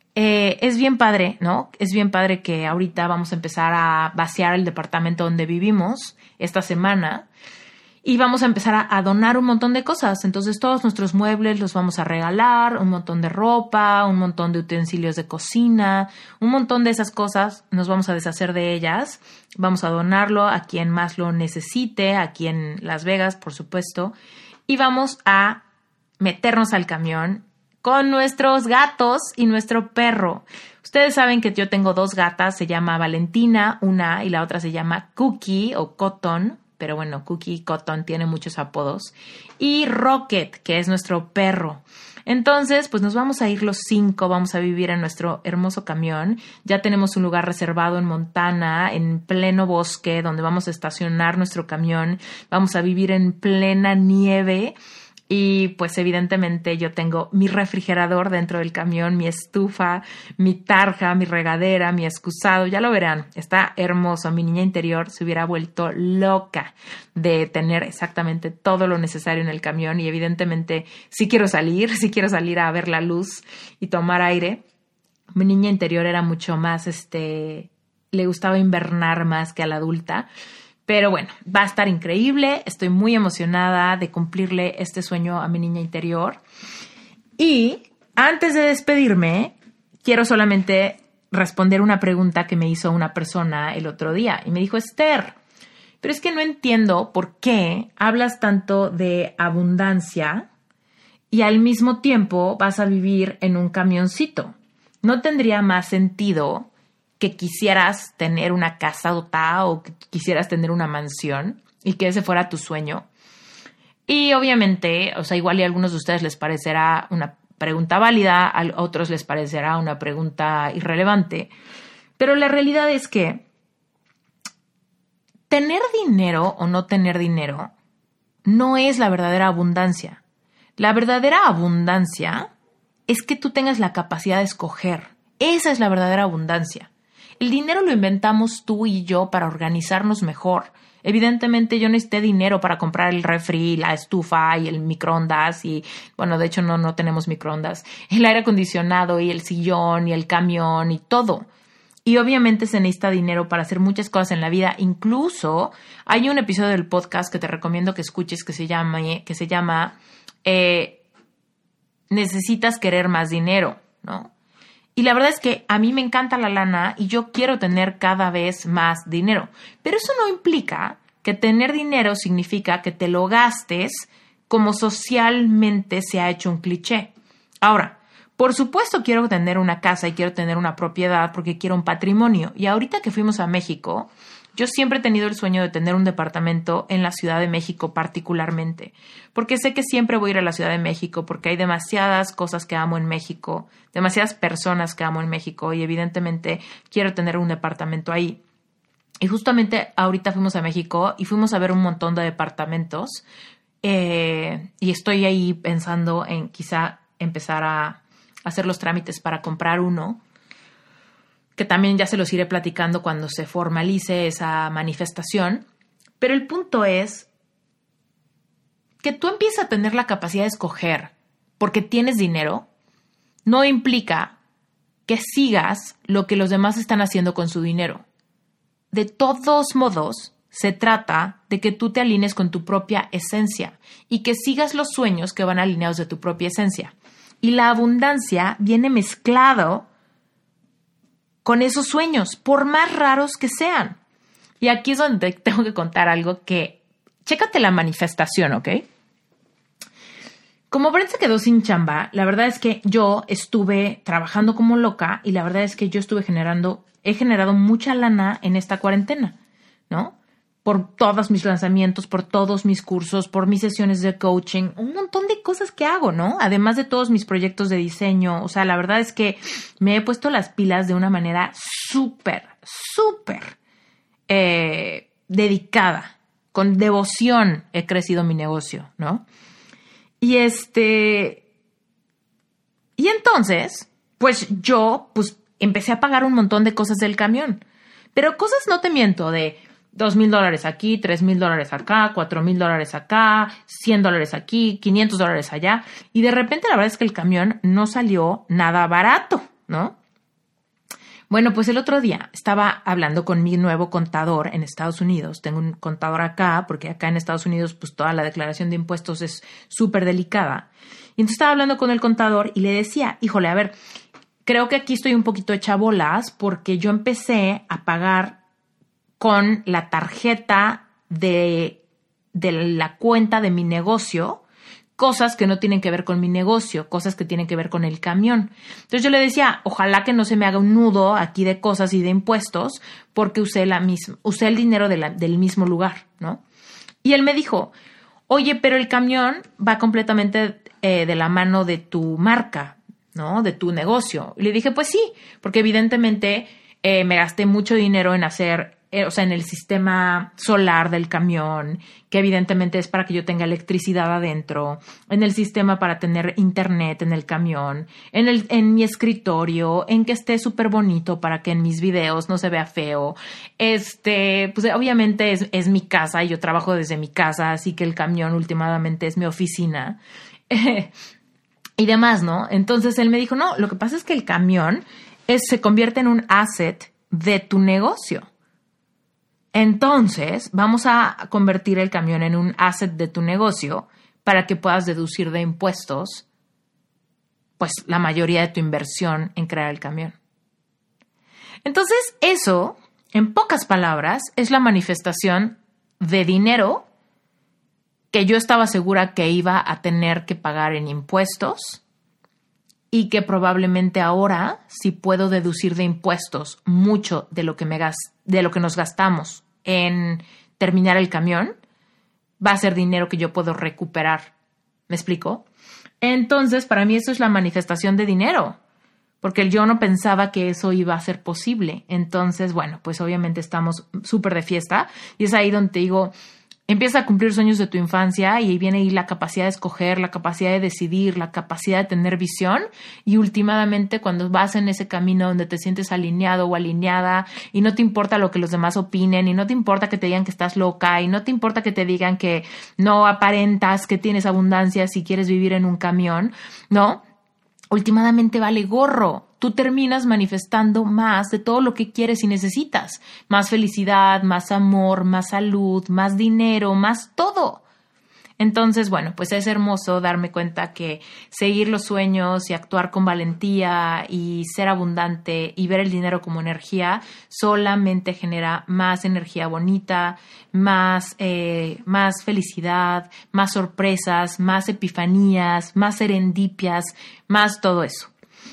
Eh, es bien padre, ¿no? Es bien padre que ahorita vamos a empezar a vaciar el departamento donde vivimos esta semana y vamos a empezar a, a donar un montón de cosas. Entonces todos nuestros muebles los vamos a regalar, un montón de ropa, un montón de utensilios de cocina, un montón de esas cosas nos vamos a deshacer de ellas. Vamos a donarlo a quien más lo necesite, aquí en Las Vegas, por supuesto, y vamos a meternos al camión con nuestros gatos y nuestro perro. Ustedes saben que yo tengo dos gatas, se llama Valentina, una, y la otra se llama Cookie o Cotton, pero bueno, Cookie y Cotton tienen muchos apodos. Y Rocket, que es nuestro perro. Entonces, pues nos vamos a ir los cinco, vamos a vivir en nuestro hermoso camión. Ya tenemos un lugar reservado en Montana, en pleno bosque, donde vamos a estacionar nuestro camión. Vamos a vivir en plena nieve. Y pues evidentemente yo tengo mi refrigerador dentro del camión, mi estufa, mi tarja, mi regadera, mi excusado, ya lo verán, está hermoso. Mi niña interior se hubiera vuelto loca de tener exactamente todo lo necesario en el camión y evidentemente sí quiero salir, sí quiero salir a ver la luz y tomar aire. Mi niña interior era mucho más, este, le gustaba invernar más que a la adulta. Pero bueno, va a estar increíble. Estoy muy emocionada de cumplirle este sueño a mi niña interior. Y antes de despedirme, quiero solamente responder una pregunta que me hizo una persona el otro día. Y me dijo, Esther, pero es que no entiendo por qué hablas tanto de abundancia y al mismo tiempo vas a vivir en un camioncito. ¿No tendría más sentido que quisieras tener una casa dotada o que quisieras tener una mansión y que ese fuera tu sueño. Y obviamente, o sea, igual y a algunos de ustedes les parecerá una pregunta válida, a otros les parecerá una pregunta irrelevante, pero la realidad es que tener dinero o no tener dinero no es la verdadera abundancia. La verdadera abundancia es que tú tengas la capacidad de escoger. Esa es la verdadera abundancia. El dinero lo inventamos tú y yo para organizarnos mejor. Evidentemente yo necesité dinero para comprar el refri, la estufa y el microondas y, bueno, de hecho no, no tenemos microondas, el aire acondicionado y el sillón y el camión y todo. Y obviamente se necesita dinero para hacer muchas cosas en la vida. Incluso hay un episodio del podcast que te recomiendo que escuches que se llama, que se llama eh, Necesitas querer más dinero, ¿no? Y la verdad es que a mí me encanta la lana y yo quiero tener cada vez más dinero. Pero eso no implica que tener dinero significa que te lo gastes como socialmente se ha hecho un cliché. Ahora, por supuesto quiero tener una casa y quiero tener una propiedad porque quiero un patrimonio. Y ahorita que fuimos a México, yo siempre he tenido el sueño de tener un departamento en la Ciudad de México particularmente. Porque sé que siempre voy a ir a la Ciudad de México porque hay demasiadas cosas que amo en México, demasiadas personas que amo en México y evidentemente quiero tener un departamento ahí. Y justamente ahorita fuimos a México y fuimos a ver un montón de departamentos eh, y estoy ahí pensando en quizá empezar a hacer los trámites para comprar uno, que también ya se los iré platicando cuando se formalice esa manifestación. Pero el punto es que tú empiezas a tener la capacidad de escoger porque tienes dinero, no implica que sigas lo que los demás están haciendo con su dinero. De todos modos, se trata de que tú te alines con tu propia esencia y que sigas los sueños que van alineados de tu propia esencia. Y la abundancia viene mezclado con esos sueños, por más raros que sean. Y aquí es donde tengo que contar algo que... Chécate la manifestación, ¿ok? Como Brent se quedó sin chamba, la verdad es que yo estuve trabajando como loca y la verdad es que yo estuve generando... He generado mucha lana en esta cuarentena, ¿no? Por todos mis lanzamientos, por todos mis cursos, por mis sesiones de coaching, un montón de cosas que hago, ¿no? Además de todos mis proyectos de diseño. O sea, la verdad es que me he puesto las pilas de una manera súper, súper eh, dedicada. Con devoción he crecido mi negocio, ¿no? Y este... Y entonces, pues yo, pues empecé a pagar un montón de cosas del camión. Pero cosas, no te miento, de... Dos mil dólares aquí, tres mil dólares acá, cuatro mil dólares acá, cien dólares aquí, quinientos dólares allá. Y de repente la verdad es que el camión no salió nada barato, ¿no? Bueno, pues el otro día estaba hablando con mi nuevo contador en Estados Unidos. Tengo un contador acá, porque acá en Estados Unidos pues toda la declaración de impuestos es súper delicada. Y entonces estaba hablando con el contador y le decía, híjole, a ver, creo que aquí estoy un poquito hecha bolas porque yo empecé a pagar con la tarjeta de, de la cuenta de mi negocio, cosas que no tienen que ver con mi negocio, cosas que tienen que ver con el camión. Entonces yo le decía, ojalá que no se me haga un nudo aquí de cosas y de impuestos porque usé, la misma, usé el dinero de la, del mismo lugar, ¿no? Y él me dijo, oye, pero el camión va completamente eh, de la mano de tu marca, ¿no? De tu negocio. Y le dije, pues sí, porque evidentemente eh, me gasté mucho dinero en hacer... o sea, en el sistema solar del camión, que evidentemente es para que yo tenga electricidad adentro, en el sistema para tener internet en el camión, en, el, en mi escritorio, en que esté súper bonito para que en mis videos no se vea feo. Este, pues obviamente es, es mi casa y yo trabajo desde mi casa, así que el camión últimamente es mi oficina. Y demás, ¿no? Entonces él me dijo, no, lo que pasa es que el camión es, se convierte en un asset de tu negocio. Entonces, vamos a convertir el camión en un asset de tu negocio para que puedas deducir de impuestos, pues, la mayoría de tu inversión en crear el camión. Entonces, eso, en pocas palabras, es la manifestación de dinero que yo estaba segura que iba a tener que pagar en impuestos y que probablemente ahora, si puedo deducir de impuestos mucho de lo que me gas- de lo que nos gastamos en terminar el camión, va a ser dinero que yo puedo recuperar. ¿Me explico? Entonces, para mí eso es la manifestación de dinero, porque yo no pensaba que eso iba a ser posible. Entonces, bueno, pues obviamente estamos súper de fiesta y es ahí donde te digo, empieza a cumplir sueños de tu infancia y ahí viene ahí la capacidad de escoger, la capacidad de decidir, la capacidad de tener visión y últimamente cuando vas en ese camino donde te sientes alineado o alineada y no te importa lo que los demás opinen y no te importa que te digan que estás loca y no te importa que te digan que no aparentas que tienes abundancia si quieres vivir en un camión, ¿no? Últimamente vale gorro. Tú terminas manifestando más de todo lo que quieres y necesitas. Más felicidad, más amor, más salud, más dinero, más todo. Entonces, bueno, pues es hermoso darme cuenta que seguir los sueños y actuar con valentía y ser abundante y ver el dinero como energía solamente genera más energía bonita, más, eh, más felicidad, más sorpresas, más epifanías, más serendipias, más todo eso.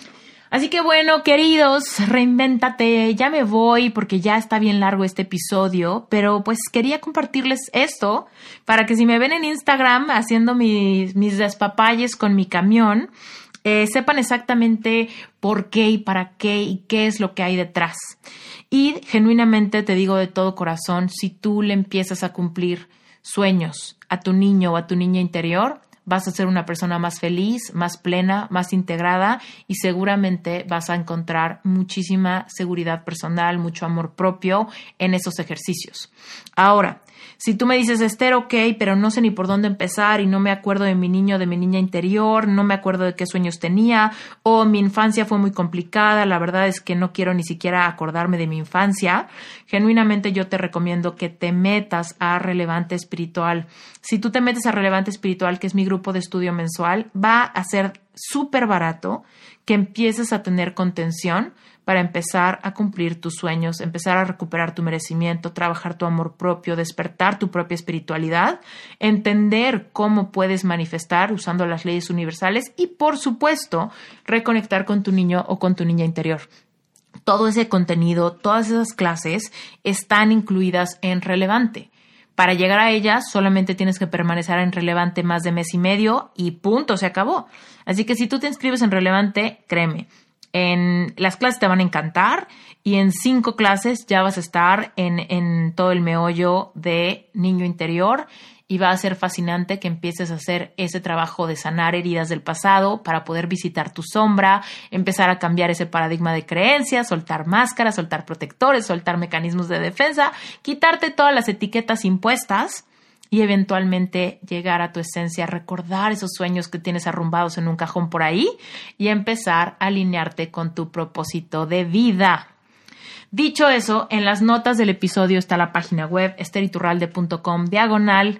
Así que bueno, queridos, reinvéntate, ya me voy porque ya está bien largo este episodio, pero pues quería compartirles esto para que si me ven en Instagram haciendo mis, mis despapalles con mi camión, eh, sepan exactamente por qué y para qué y qué es lo que hay detrás. Y genuinamente te digo de todo corazón, si tú le empiezas a cumplir sueños a tu niño o a tu niña interior, vas a ser una persona más feliz, más plena, más integrada y seguramente vas a encontrar muchísima seguridad personal, mucho amor propio en esos ejercicios. Ahora, si tú me dices, Esther, ok, pero no sé ni por dónde empezar y no me acuerdo de mi niño, de mi niña interior, no me acuerdo de qué sueños tenía o mi infancia fue muy complicada, la verdad es que no quiero ni siquiera acordarme de mi infancia, genuinamente yo te recomiendo que te metas a Relevante Espiritual. Si tú te metes a Relevante Espiritual, que es mi grupo de estudio mensual, va a ser súper barato que empieces a tener contención para empezar a cumplir tus sueños, empezar a recuperar tu merecimiento, trabajar tu amor propio, despertar tu propia espiritualidad, entender cómo puedes manifestar usando las leyes universales y, por supuesto, reconectar con tu niño o con tu niña interior. Todo ese contenido, todas esas clases están incluidas en Relevante. Para llegar a ellas solamente tienes que permanecer en Relevante más de mes y medio y punto, se acabó. Así que si tú te inscribes en Relevante, créeme, en las clases te van a encantar y en cinco clases ya vas a estar en, en todo el meollo de niño interior y va a ser fascinante que empieces a hacer ese trabajo de sanar heridas del pasado para poder visitar tu sombra, empezar a cambiar ese paradigma de creencias, soltar máscaras, soltar protectores, soltar mecanismos de defensa, quitarte todas las etiquetas impuestas y eventualmente llegar a tu esencia, recordar esos sueños que tienes arrumbados en un cajón por ahí y empezar a alinearte con tu propósito de vida. Dicho eso, en las notas del episodio está la página web esteriturralde punto com diagonal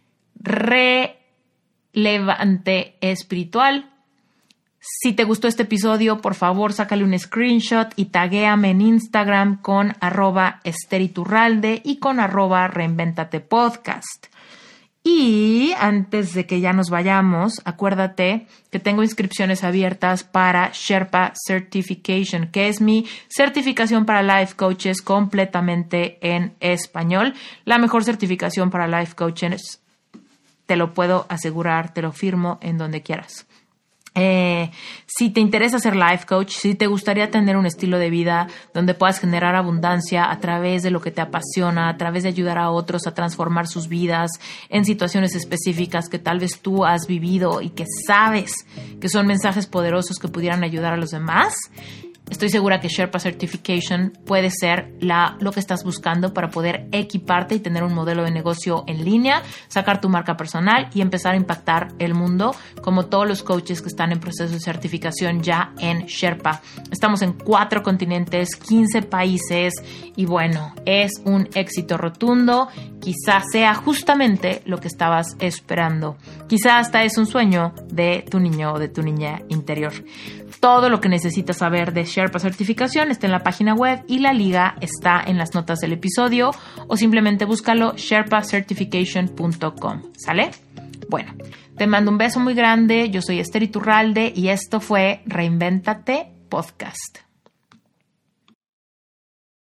relevante espiritual. Si te gustó este episodio, por favor, sácale un screenshot y taguéame en Instagram con arroba esteriturralde y con arroba reinventate podcast. Y antes de que ya nos vayamos, acuérdate que tengo inscripciones abiertas para Sherpa Certification, que es mi certificación para life coaches completamente en español. La mejor certificación para life coaches, te lo puedo asegurar, te lo firmo en donde quieras. Eh, si te interesa ser life coach, si te gustaría tener un estilo de vida donde puedas generar abundancia a través de lo que te apasiona, a través de ayudar a otros a transformar sus vidas en situaciones específicas que tal vez tú has vivido y que sabes que son mensajes poderosos que pudieran ayudar a los demás, estoy segura que Sherpa Certification puede ser la, lo que estás buscando para poder equiparte y tener un modelo de negocio en línea, sacar tu marca personal y empezar a impactar el mundo como todos los coaches que están en proceso de certificación ya en Sherpa. Estamos en cuatro continentes, quince países y bueno, es un éxito rotundo. Quizás sea justamente lo que estabas esperando. Quizás hasta es un sueño de tu niño o de tu niña interior. Todo lo que necesitas saber de Sherpa Certificación está en la página web y la liga está en las notas del episodio o simplemente búscalo sherpa certification punto com. ¿Sale? Bueno, te mando un beso muy grande. Yo soy Esther Iturralde y esto fue Reinvéntate Podcast.